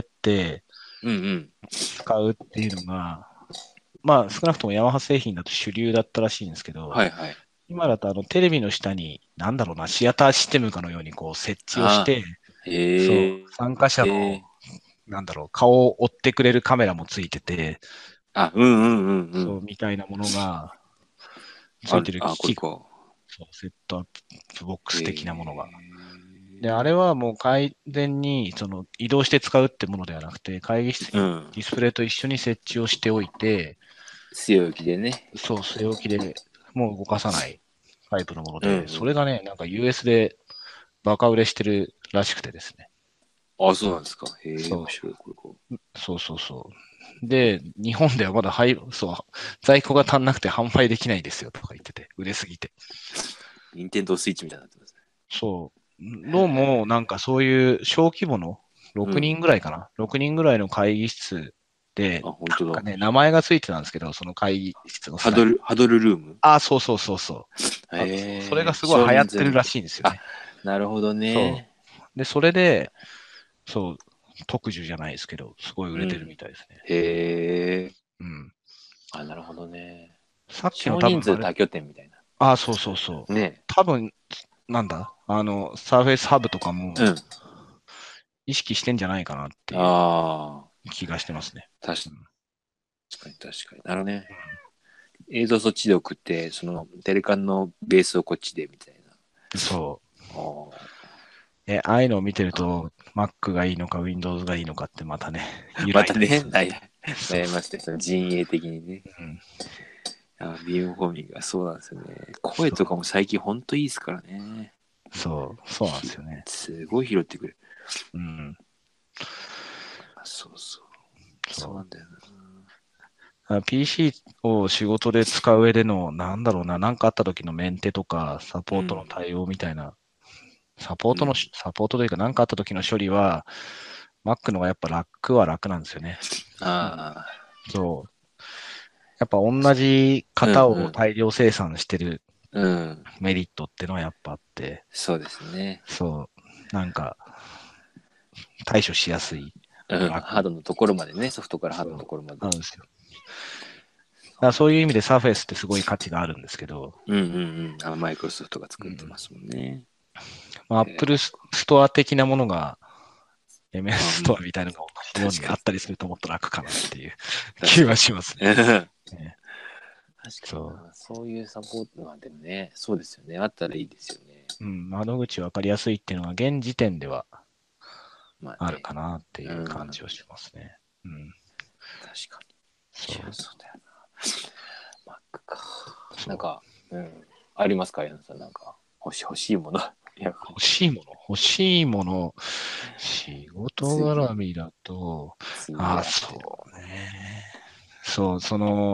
使うっていうのが、まあ少なくともヤマハ製品だと主流だったらしいんですけど、今だとテレビの下に、なんだろうな、シアターシステムかのようにこう設置をして、そう、参加者の、なんだろう、顔を追ってくれるカメラもついてて、そう、みたいなものが、ついてる機器、そう、セットアップボックス的なものが。で、あれはもう完全に、その、移動して使うってものではなくて、会議室にディスプレイと一緒に設置をしておいて、 据え置きでね。 そう、据え置きでもう動かさないタイプのもので、それがね、なんか US でバカ売れしてるらしくてですね。 あ、そうなんですか。へえ、面白い、これ。 そう。で、日本ではまだ在庫が足んなくて販売できないですよとか言ってて、売れすぎて。 任天堂スイッチみたいになってますね。 そう。どうも、なんかそういう小規模の6人ぐらいかな、6人ぐらいの会議室で、なんかね、名前がついてたんですけど、その会議室のハドルルーム。 そう。それがすごい流行ってるらしいんですよね。 なるほどね。 で、それで、そう、特需じゃないですけど、すごい売れてるみたいですね。 へえ。なるほどね。 さっきの少人数多拠点みたいな。そう。 ね。 多分、なんだサーフェイスハブとかも、意識してんじゃないかなっていう気がしてますね。 確かに。なるね。映像そっちで送って、そのテレカンのベースをこっちでみたいな。 そう。ああいうのを見てると、Mac がいいのか Windows がいいのかってまたね、 悩みまして、その陣営的にね。ビームフォーミングがそうなんですよね。声とかも最近ほんといいですからね。 そうなんですよね。 すごい拾ってくる。そうなんだよな。PC を仕事で使う上での、なんだろうな、なんかあった時のメンテとか、サポートの対応みたいな、サポートというか、なんかあった時の処理は、Mac の方がやっぱ楽なんですよね。そう。やっぱ同じ型を大量生産してるメリットってのはやっぱあって。 そうですね。 そう。なんか、対処しやすい。 ハードのところまでね、ソフトからハードのところまで。 なんですよ。そういう意味で Surface ってすごい価値があるんですけど。 マイクロソフトが作ってますもんね。 Apple ストア的なものが MS ストアみたいなのが同じようにあったりするともっと楽かなっていう気はしますね。 確かにな。そういうサポートはでもね、そうですよね。あったらいいですよね。 うん、窓口分かりやすいっていうのが現時点ではまあね、 あるかなっていう感じはしますね。うん。 確かに。 そうだよな。Mac か。なんか、ありますか、柳さん。なんか、欲しいもの。 欲しいもの、仕事絡みだと、そうね。そう、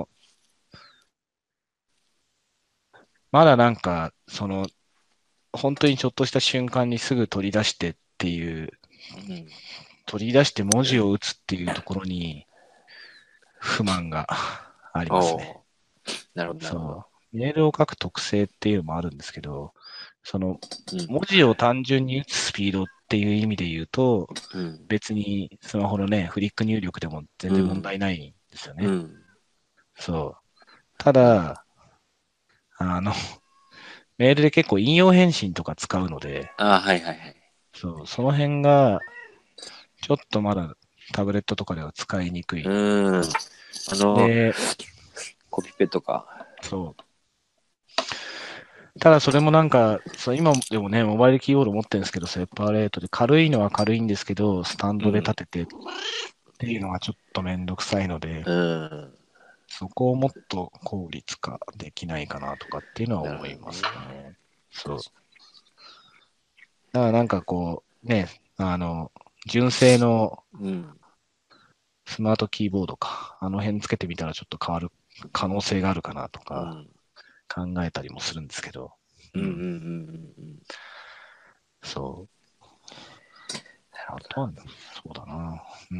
まだなんか、本当にちょっとした瞬間にすぐ取り出してっていう、取り出して文字を打つっていうところに不満がありますね。 なるほど、なるほど。 メールを書く特性っていうのもあるんですけど、文字を単純に打つスピードっていう意味で言うと、別にスマホのね、フリック入力でも全然問題ないんですよね。そう。ただ、メールで結構引用返信とか使うので、その辺が、ちょっとまだタブレットとかでは使いにくい。 で、コピペとか。 そう。ただそれもなんか、今でもね、モバイルキーボード持ってるんですけど、セパレートで軽いのは軽いんですけど、スタンドで立ててっていうのがちょっとめんどくさいので、そこをもっと効率化できないかなとかっていうのは思いますね。そう。だからなんかこう、ね、純正のスマートキーボードか、あの辺つけてみたらちょっと変わる可能性があるかなとか考えたりもするんですけど。そう。あとは、そうだな。うん。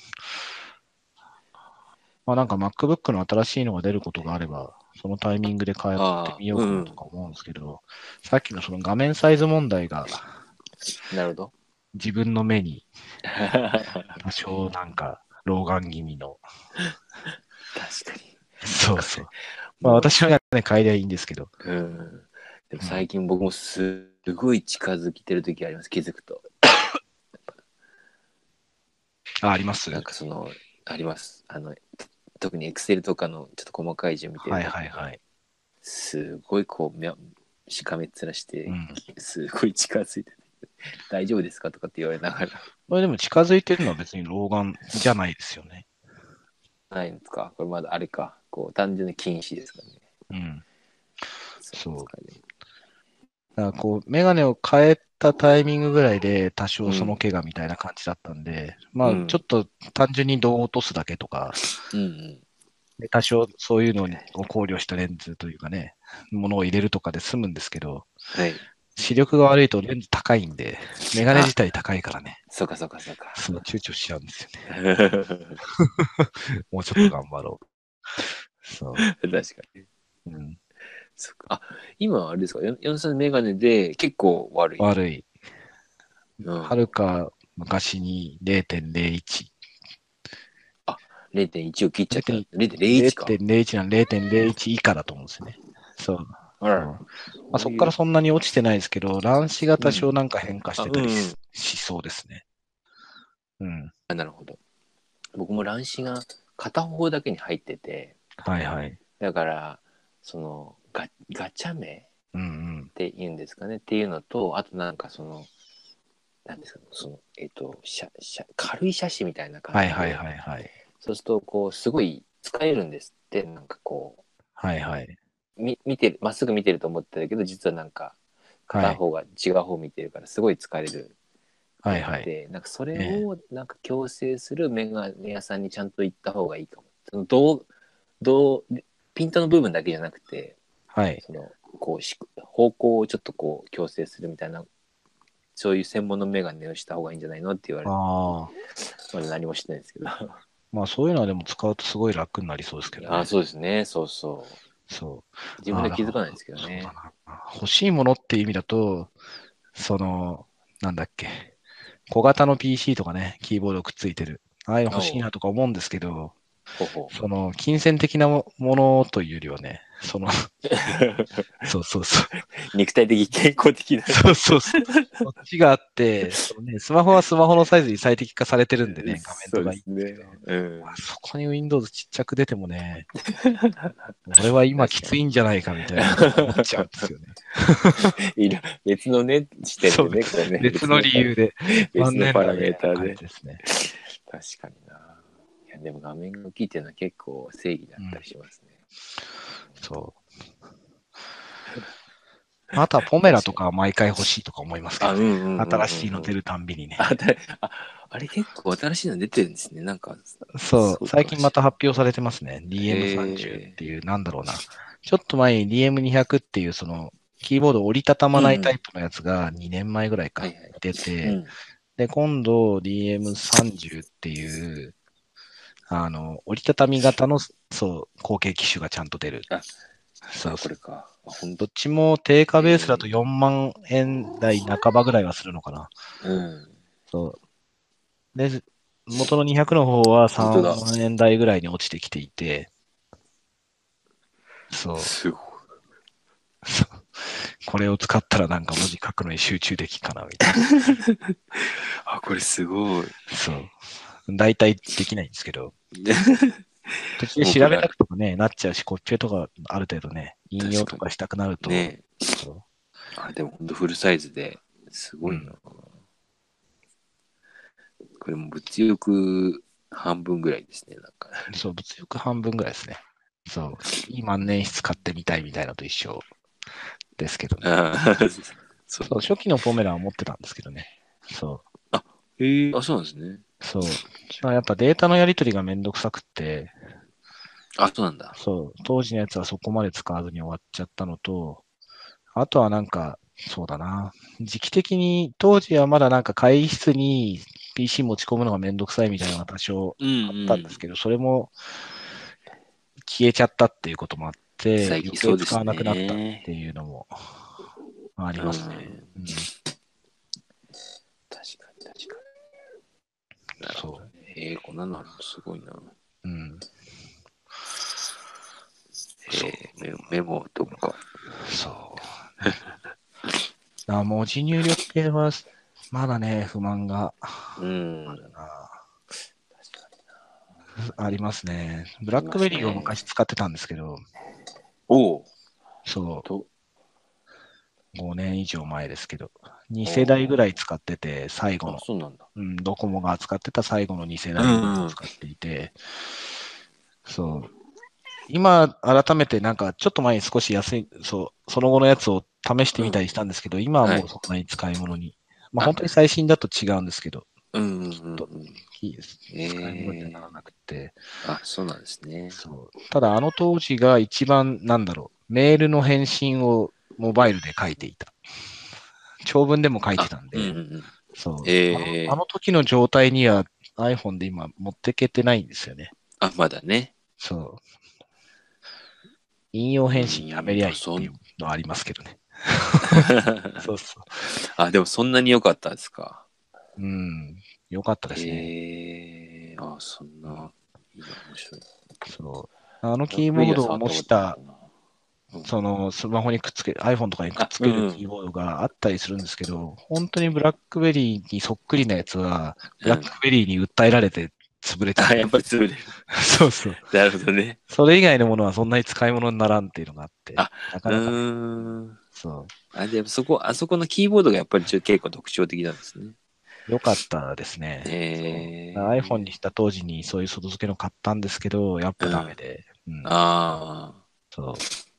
まあなんか MacBook の新しいのが出ることがあれば、そのタイミングで変えてみようかなとか思うんですけど、さっきのその画面サイズ問題が、 なるほど。 自分の目に多少なんか老眼気味の。 確かに。 そうそう。まあ私はね、変えりゃいいんですけど。 でも最近僕もすごい近づいてる時あります、気づくと。 あります？ なんかあります。特に Excel とかのちょっと細かい字を見てると、すごいこう、しかめっ面して、すごい近づいてて、大丈夫ですかとかって言われながら。 これでも近づいてるのは別に老眼じゃないですよね。 ないんですか？これまだあれか。こう、単純に近視ですかね。 そう。だからこう、メガネを変えたタイミングぐらいで多少その怪我みたいな感じだったんで、まあちょっと単純に度を落とすだけとか、で多少そういうのを考慮したレンズというかね、ものを入れるとかで済むんですけど、視力が悪いとレンズ高いんで、メガネ自体高いからね。 そうか。そう躊躇しちゃうんですよね。もうちょっと頑張ろう。そう。 確かに。そっか。今あれですか、矢野さんメガネで結構悪い。 悪い。はるか昔に0.01。 あ、0.1を切っちゃった。0.01か。 0.01 なの0.01以下だと思うんですよね。そう。まあ、そこからそんなに落ちてないですけど、乱視が多少なんか変化してたりしそうですね。 なるほど。僕も乱視が片方だけに入ってて、だから、ガチャ目っていうんですかね、っていうのと、あとなんかなんですか、軽い写真みたいな感じで、そうすると、こう、すごい疲れるんですって、なんかこう、見てる、まっすぐ見てると思ってたけど、実はなんか、片方が違う方見てるから、すごい疲れる。なんかそれをなんか矯正するメガネ屋さんにちゃんと行った方がいいかも。ピントの部分だけじゃなくて、こう方向をちょっとこう矯正するみたいな、そういう専門のメガネをした方がいいんじゃないのって言われて、まだ何もしてないですけど。 まあそういうのはでも使うとすごい楽になりそうですけどね。 そうですね。そう。自分で気づかないですけどね。 欲しいものっていう意味だと、なんだっけ。小型の PC とかね、キーボードくっついてる。ああいうの欲しいなとか思うんですけど、金銭的なものというよりはね、 そうそうそう。 肉体的、健康的な。 そうそうそう。そっちがあって、スマホはスマホのサイズに最適化されてるんでね、画面とかいいんですけど、そこに Windows ちっちゃく出てもね、俺は今きついんじゃないかみたいな思っちゃうんですよね。 別のね、視点でね、 別の理由で。 別のパラメーターで。 ですね。 確かにな。いや、でも画面が大きいっていうのは結構正義だったりしますね。 そう。あとはポメラとかは毎回欲しいとか思いますけど、新しいの出るたんびにね。 あれ結構新しいの出てるんですね。なんか。 そう、最近また発表されてますね。DM30 っていう、なんだろうな。ちょっと前に DM200 っていうその、キーボード折りたたまないタイプのやつが2年前ぐらいか出て、で、今度 DM30 っていう、折りたたみ型の、そう、後継機種がちゃんと出る。 そう、これか。 どっちも定価ベースだと4万円台半ばぐらいはするのかな。そう。で、元の200の方は3万円台ぐらいに落ちてきていて、そう。 すごい。 これを使ったらなんか文字書くのに集中できるかな、みたいな。これすごい。 そう。大体できないんですけど。途中で調べたくとかね、なっちゃうし、コピペとかある程度ね、引用とかしたくなると。 ね、でも本当フルサイズですごいな。これも物欲半分ぐらいですね、なんか。 そう、物欲半分ぐらいですね。そう。いい万年筆買ってみたいみたいなのと一緒ですけどね。そう、初期のポメラは持ってたんですけどね。そう。 そうなんですね。 そう。やっぱデータのやり取りがめんどくさくって、 そうなんだ。 そう。当時のやつはそこまで使わずに終わっちゃったのと、あとはなんか、そうだな。時期的に、当時はまだなんか会議室に PC 持ち込むのがめんどくさいみたいなのが多少あったんですけど、それも消えちゃったっていうこともあって、余計使わなくなったっていうのもありますね。 確かに。そう。こんなのあるのすごいな。メモとか。 そう。文字入力系は、まだね、不満があるな。ありますね。ブラックベリーを昔使ってたんですけど、そう。5年以上前ですけど、2世代ぐらい使ってて、最後の、ドコモが扱ってた最後の2世代を使っていて、そう。今、改めてなんか、ちょっと前に少し安い、その後のやつを試してみたりしたんですけど、今はもうそんなに使い物に。まあ本当に最新だと違うんですけど、きっといいです。使い物にはならなくて。 そうなんですね。 そう。ただ、あの当時が一番、なんだろう、メールの返信をモバイルで書いていた。長文でも書いてたんで、そう。あの時の状態には iPhone で今持ってけてないんですよね。 まだね。 そう。引用返信やめりゃいいっていうのはありますけどね。そうそう。 でもそんなに良かったですか。 良かったですね。 そんな、面白い。 そう。あのキーボードを模した、そのスマホにくっつけ、iPhone とかにくっつけるキーボードがあったりするんですけど、本当にブラックベリーにそっくりなやつは、ブラックベリーに訴えられて潰れちゃう。 やっぱり潰れる。 そうそう。 なるほどね。 それ以外のものはそんなに使い物にならんっていうのがあって。なかなか。そう。 でもあそこのキーボードがやっぱり結構特徴的なんですね。 よかったですね。iPhone にした当時にそういう外付けの買ったんですけど、やっぱダメで。そう。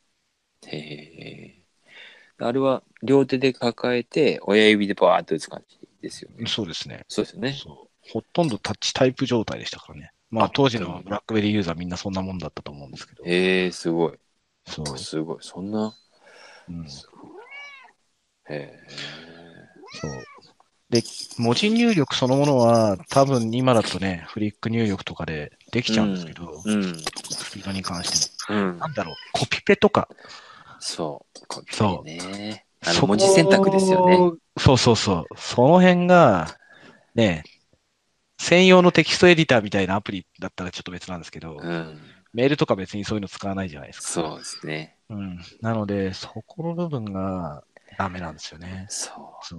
あれは両手で抱えて、親指でバーッと打つ感じですよね。 そうですね。 そうですよね。 ほとんどタッチタイプ状態でしたからね。まあ当時のブラックベリーユーザーみんなそんなもんだったと思うんですけど。 すごい。 そう。 すごい。そんな。 すごい。そう。で、文字入力そのものは多分今だとね、フリック入力とかでできちゃうんですけど、スピードに関しても。なんだろう、コピペとか。 そう。コピペね。文字選択ですよね。 そう。その辺が、ね、専用のテキストエディターみたいなアプリだったらちょっと別なんですけど、 メールとか別にそういうの使わないじゃないですか。 そうですね。 うん。なので、そこの部分がダメなんですよね。 そう。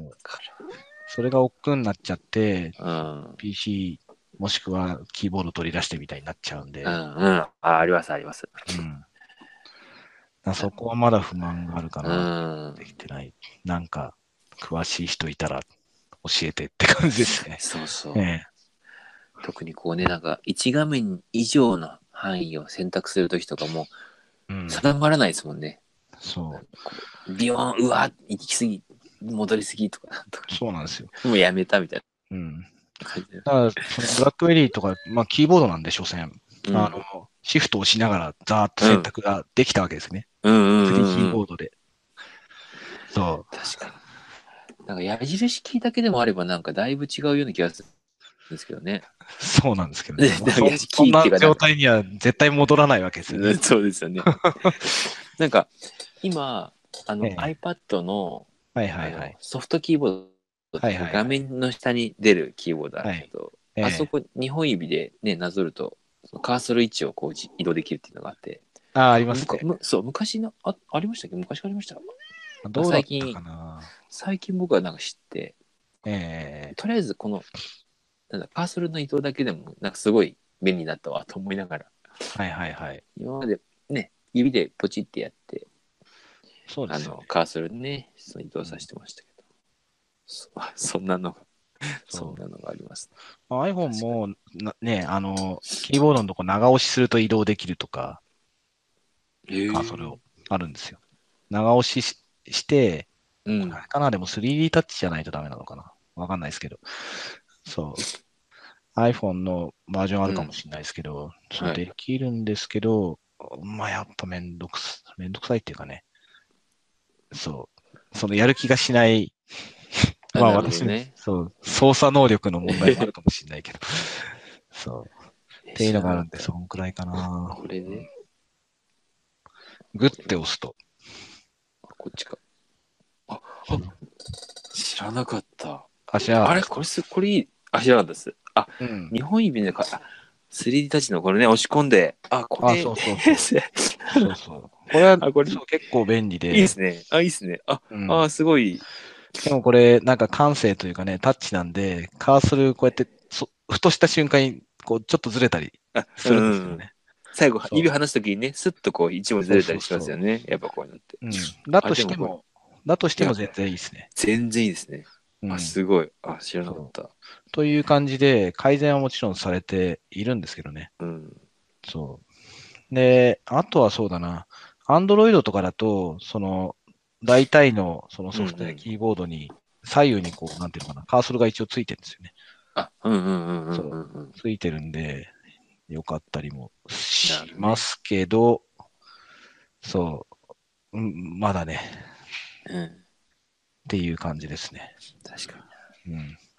それが億劫になっちゃって、 うん。 PC もしくはキーボード取り出してみたいになっちゃうんで。 あります、あります。 そこはまだ不満があるかな。できてない。なんか、詳しい人いたら教えてって感じですね。 そうそう。特にこうね、なんか1画面以上の範囲を選択するときとかも、定まらないですもんね。 そう。 ビヨーン、うわ、行き過ぎ、戻り過ぎとか。 そうなんですよ。 もうやめたみたいな。 だから、そのブラックベリーとか、キーボードなんで、所詮。シフトを押しながら、ザーッと選択ができたわけですね。3キーボードで。そう。 確かに。なんか矢印キーだけでもあれば、なんかだいぶ違うような気がするんですけどね。 そうなんですけどね。そんな状態には絶対戻らないわけですよね。 そうですよね。なんか、今、iPad のソフトキーボードって画面の下に出るキーボードあるけど、あそこ2本指でね、なぞると、カーソル位置をこう移動できるっていうのがあって。 ありますね。 そう、昔の、ありましたっけ？昔からありました？ どうだったかな？ 最近僕はなんか知って、とりあえずこの、カーソルの移動だけでも、なんかすごい便利だったわと思いながら。今までね、指でポチってやって、 そうですね、 カーソルね、移動させてましたけど。そんなのがあります、ね。 iPhone もね、キーボードのとこ長押しすると移動できるとか、カーソルをあるんですよ。長押しして、あれかな、でも 3D タッチじゃないとダメなのかな。わかんないですけど。そう。iPhone のバージョンあるかもしれないですけど、そうできるんですけど、やっぱめんどくさいっていうかね。そう。そのやる気がしない。私、そう、操作能力の問題もあるかもしれないけど。そう。っていうのがあるんで、そんくらいかな。 これね。 グッて押すと。 こっちか。知らなかった。 あれこれいい。知らなかったです。2本指で3D タッチのこれね、押し込んで。これ。 そうそう。これは結構便利で。 いいですね。いいですね。すごい。 でもこれ、なんか感性というかね、タッチなんで、カーソルこうやって、ふとした瞬間に、こう、ちょっとずれたりするんですよね。 最後、指離すときにね、スッとこう、一文ずれたりしますよね。やっぱこうなって。 だとしても全然いいですね。 全然いいですね。すごい。知らなかった。 という感じで、改善はもちろんされているんですけどね。そう。で、あとはそうだな。Android とかだと、大体のそのソフトウェアキーボードに左右にこう、なんていうのかな、カーソルが一応ついてるんですよね。ついてるんで、よかったりもしますけど、まだね、っていう感じですね。 確かに。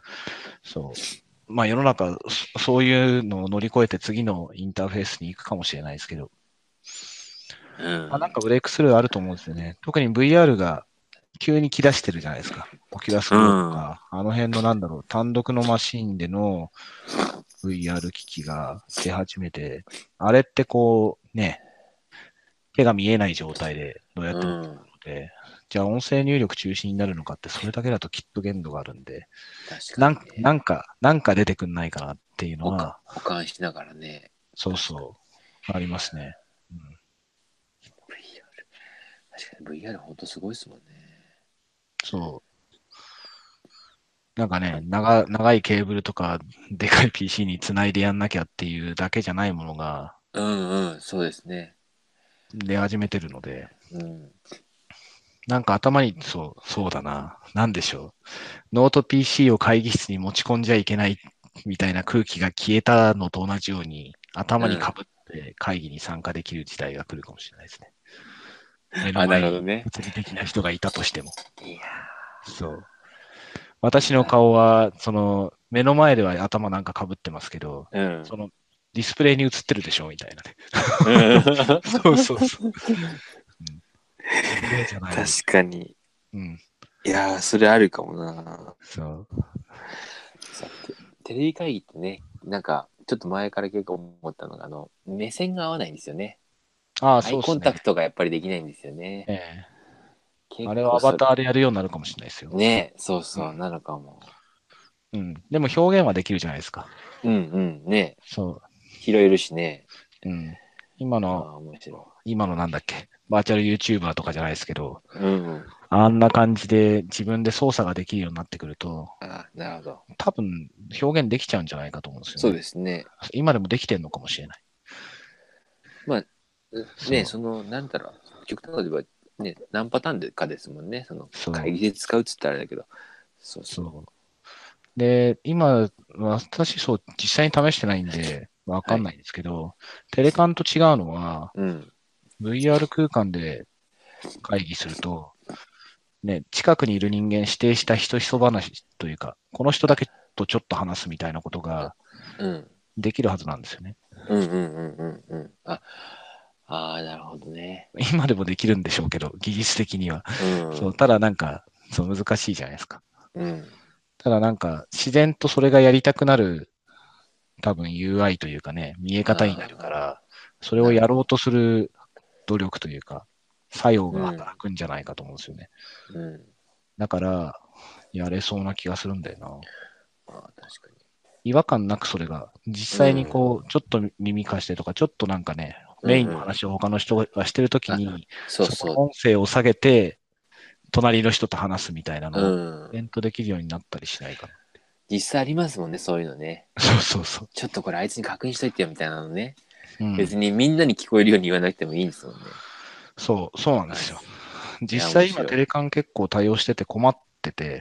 世の中、そういうのを乗り越えて次のインターフェースに行くかもしれないですけど、なんかブレイクスルーあると思うんですよね。特に VR が急に来だしてるじゃないですか。オキュラスゴーとか、あの辺の単独のマシンでの VR 機器が出始めて、あれってこう、ね、手が見えない状態でどうやってもので、じゃあ音声入力中心になるのかって、それだけだときっと限度があるんで、なんか出てくんないかなっていうのは、 保管しながらね。 ありますね。 確かに VR 本当すごいですもんね。 なんかね、長いケーブルとか、でかい PC につないでやんなきゃっていうだけじゃないものが、 そうですね。 出始めてるので、なんか頭に、そうだな。なんでしょう。ノート PC を会議室に持ち込んじゃいけないみたいな空気が消えたのと同じように、頭にかぶって会議に参加できる時代が来るかもしれないですね。目の前に物理的な人がいたとしても。私の顔は、目の前では頭なんかかぶってますけど、ディスプレイに映ってるでしょみたいなね。 確かに。いやー、それあるかもな。テレビ会議ってね、なんかちょっと前から結構思ったのが、目線が合わないんですよね。 ああ、そうですね。 アイコンタクトがやっぱりできないんですよね。 あれはアバターでやるようになるかもしれないですよ。 ね、そうそう、なのかも。 うん。でも表現はできるじゃないですか。 うんうん、ね。 そう。 拾えるしね。 うん。今のなんだっけ、バーチャル YouTuber とかじゃないですけど、あんな感じで自分で操作ができるようになってくると、 なるほど。 多分表現できちゃうんじゃないかと思うんですよね。 そうですね。 今でもできてんのかもしれない。 まあ、ね、なんだろう、極端な言えば、ね、何パターンでかですもんね。会議で使うっつったらあれだけど。そう。 で、今、私、実際に試してないんで、わかんないんですけど、テレカンと違うのは、VR 空間で会議すると、ね、近くにいる人間指定した人話というか、この人だけとちょっと話すみたいなことができるはずなんですよね。 なるほどね。 今でもできるんでしょうけど、技術的には。ただなんか、難しいじゃないですか。ただなんか、自然とそれがやりたくなる、多分 UI というかね、見え方になるから、それをやろうとする努力というか、作用が働くんじゃないかと思うんですよね。だから、やれそうな気がするんだよな。 確かに。 違和感なくそれが、実際にこう、ちょっと耳貸してとか、ちょっとなんかね、メインの話を他の人がしてるときに、その音声を下げて、隣の人と話すみたいなのを、イベントできるようになったりしないかな。 実際ありますもんね、そういうのね。 そう。 ちょっとこれあいつに確認しといてよみたいなのね。別にみんなに聞こえるように言わなくてもいいんですもんね。 そうなんですよ。実際今テレカン結構対応してて困ってて、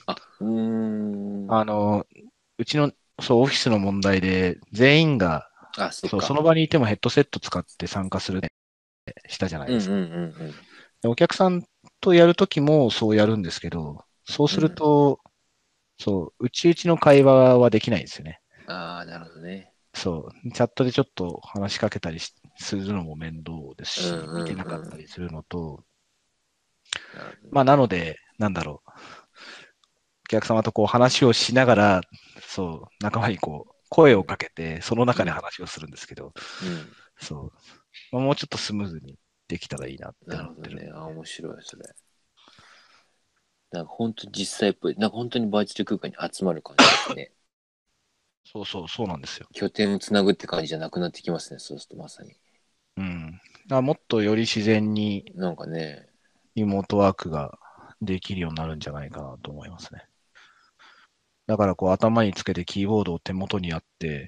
うちのオフィスの問題で全員がその場にいてもヘッドセット使って参加するしたじゃないですか。お客さんとやるときもそうやるんですけど、そうすると、うちの会話はできないんですよね。 なるほどね。 チャットでちょっと話しかけたりするのも面倒ですし、見てなかったりするのと、なので、なんだろう。お客様とこう話をしながら、仲間にこう、声をかけて、その中で話をするんですけど、もうちょっとスムーズにできたらいいなって思ってる。 なるほどね。面白い、それ。なんか本当に実際っぽい、なんか本当にバーチャル空間に集まる感じですね。 そうなんですよ。 拠点をつなぐって感じじゃなくなってきますね、そうするとまさに。 もっとより自然に、 なんかね、 リモートワークができるようになるんじゃないかなと思いますね。だからこう頭につけてキーボードを手元にあって、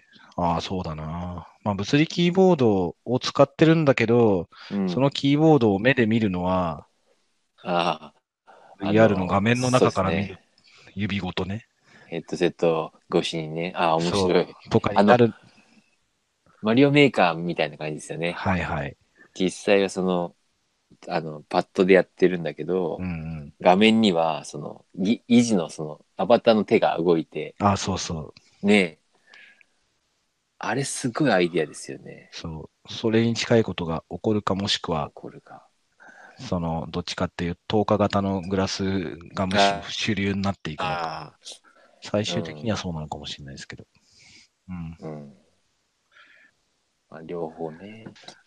そうだな。物理キーボードを使ってるんだけど、そのキーボードを目で見るのは、VR の画面の中から見る、指ごとね。 ヘッドセット越しにね、面白い。 とかになる。 マリオメーカーみたいな感じですよね。 はい。 実際はパッドでやってるんだけど、画面には、維持のアバターの手が動いて。 そう。 ねあれすごいアイディアですよね。 それに近いことが起こるかもしくは、どっちかっていう10日型のグラスがむしろ主流になっていくのか。最終的にはそうなのかもしれないですけど。 両方ね。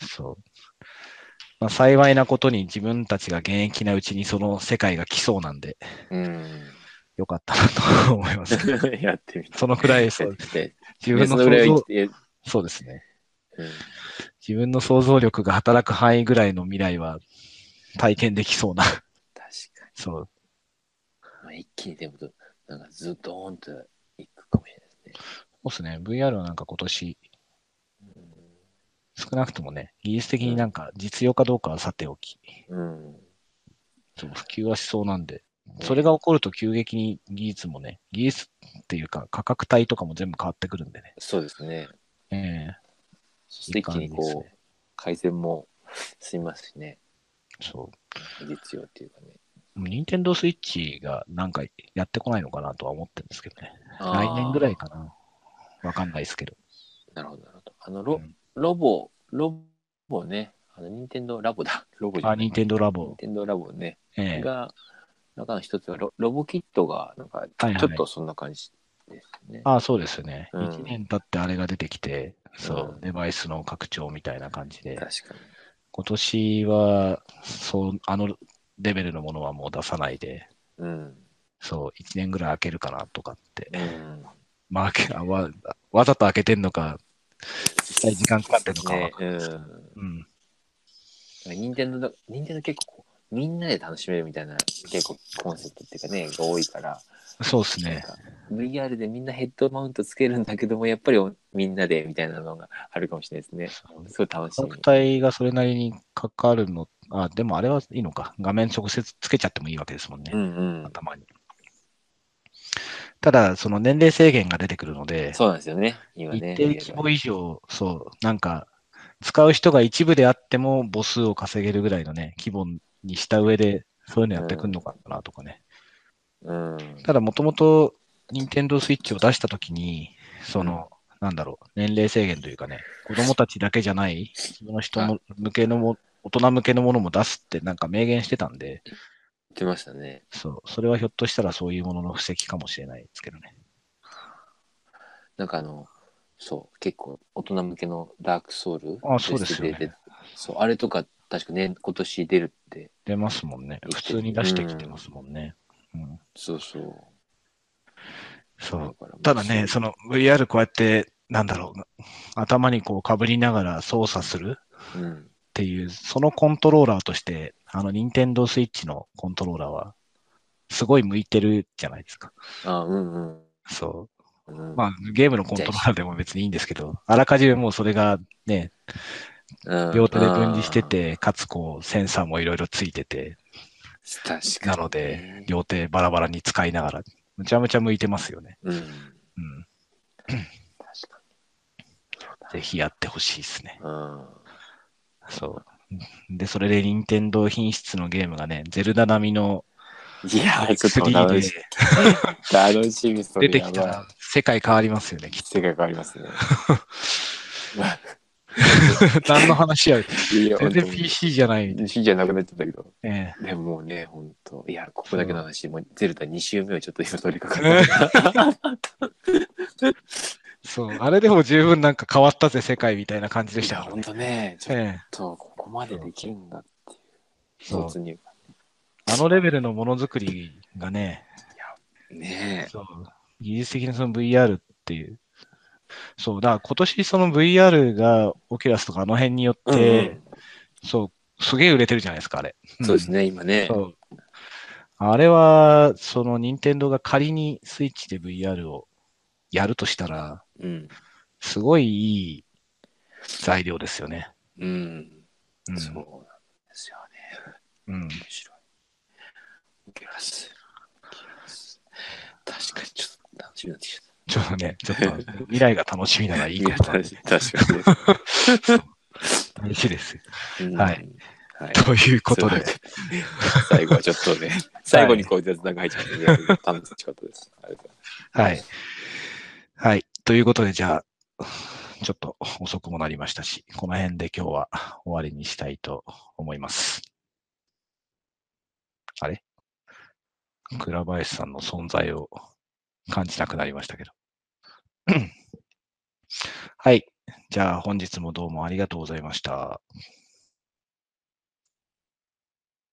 幸いなことに自分たちが現役なうちにその世界が来そうなんで、よかったなと思いますけど。 やってみて。 そのくらい、自分のそうですね。自分の想像力が働く範囲ぐらいの未来は体験できそうな。確かに。一気にでも、なんかずっとドーンといくかもしれないですね。 そうですね。VR はなんか今年、少なくともね、技術的になんか実用かどうかはさておき、普及はしそうなんで、それが起こると急激に技術っていうか価格帯とかも全部変わってくるんでね。 そうですね。一気にこう、改善も進みますしね。実用っていうかね。 任天堂スイッチがなんかやってこないのかなとは思ってるんですけどね。来年ぐらいかな。わかんないですけど。 なるほど、なるほど。ロボね。任天堂ラボだ。ロボじゃない。 任天堂ラボ。 任天堂ラボね。が、中の一つはロボキットが、なんか、ちょっとそんな感じ。 ですね。 ああ、そうですね。1年経ってあれが出てきて、そう、デバイスの拡張みたいな感じで。 確かに。 今年は、そう、レベルのものはもう出さないで、そう、1年ぐらい開けるかなとかって。まあ、わざと開けてんのか、実際時間かかってんのかは。 任天堂結構みんなで楽しめるみたいな結構コンセプトっていうかね、が多いから。 そうですね。 VR でみんなヘッドマウントつけるんだけども、やっぱりみんなでみたいなのがあるかもしれないですね。すごい楽しみ。 価格帯がそれなりにかかるの、でもあれはいいのか。画面直接つけちゃってもいいわけですもんね。頭に。ただ、その年齢制限が出てくるので、 そうなんですよね。今ね。 一定規模以上、そう、なんか、使う人が一部であっても母数を稼げるぐらいのね、規模にした上で、そういうのやってくんのかなとかね。ただ、もともと、任天堂スイッチを出したときに、なんだろう、年齢制限というかね、子供たちだけじゃない、その人向けの大人向けのものも出すってなんか明言してたんで、 言ってましたね。 そう、それはひょっとしたらそういうものの布石かもしれないですけどね。 なんかそう、結構大人向けのダークソウルそうですよね。 そう、あれとか確かね、今年出るって。 出ますもんね。普通に出してきてますもんね。 そうそう。 そう。ただね、その VR こうやって、なんだろう、頭にこう被りながら操作するっていう、そのコントローラーとして、任天堂スイッチのコントローラーは、すごい向いてるじゃないですか。そう。まあ、ゲームのコントローラーでも別にいいんですけど、あらかじめもうそれがね、両手で分離してて、かつこう、センサーもいろいろついてて、なので、両手バラバラに使いながら、むちゃむちゃ向いてますよね。確かに。ぜひやってほしいですね。そう。で、それで任天堂品質のゲームがね、ゼルダ並みのいやー、ちょっと楽しみ出てきたら世界変わりますよね、きっと。 世界変わりますね。 何の話や全然 PC じゃない。 PC じゃなくなっちゃったけど。でももうね、ほんと。いや、ここだけの話、もうゼルダ2周目をちょっと今取り掛かった。 そう、あれでも十分なんか変わったぜ、世界みたいな感じでしたからね。ほんとね、ちょっとここまでできるんだっていう。 没入感。あのレベルのものづくりがね、そう、技術的なその VR っていう。そう、だから今年その VR がオキュラスとかあの辺によって、そう、すげえ売れてるじゃないですか、あれ。 そうですね、今ね。 そう。あれは、その任天堂が仮にスイッチで VR をやるとしたら、すごいいい材料ですよね。 そうなんですよね。面白い。オキュラス。確かにちょっと楽しみになってきた。 ちょっとね、ちょっと未来が楽しみならいいことなんで。 確かに。 大事です。はい。ということで。 最後はちょっとね、最後にこういう雑談が入っちゃってね、楽しかったです。 はい。はい。ということで、じゃあ、ちょっと遅くもなりましたし、この辺で今日は終わりにしたいと思います。あれ？倉林さんの存在を感じなくなりましたけど。はい。じゃあ本日もどうもありがとうございました。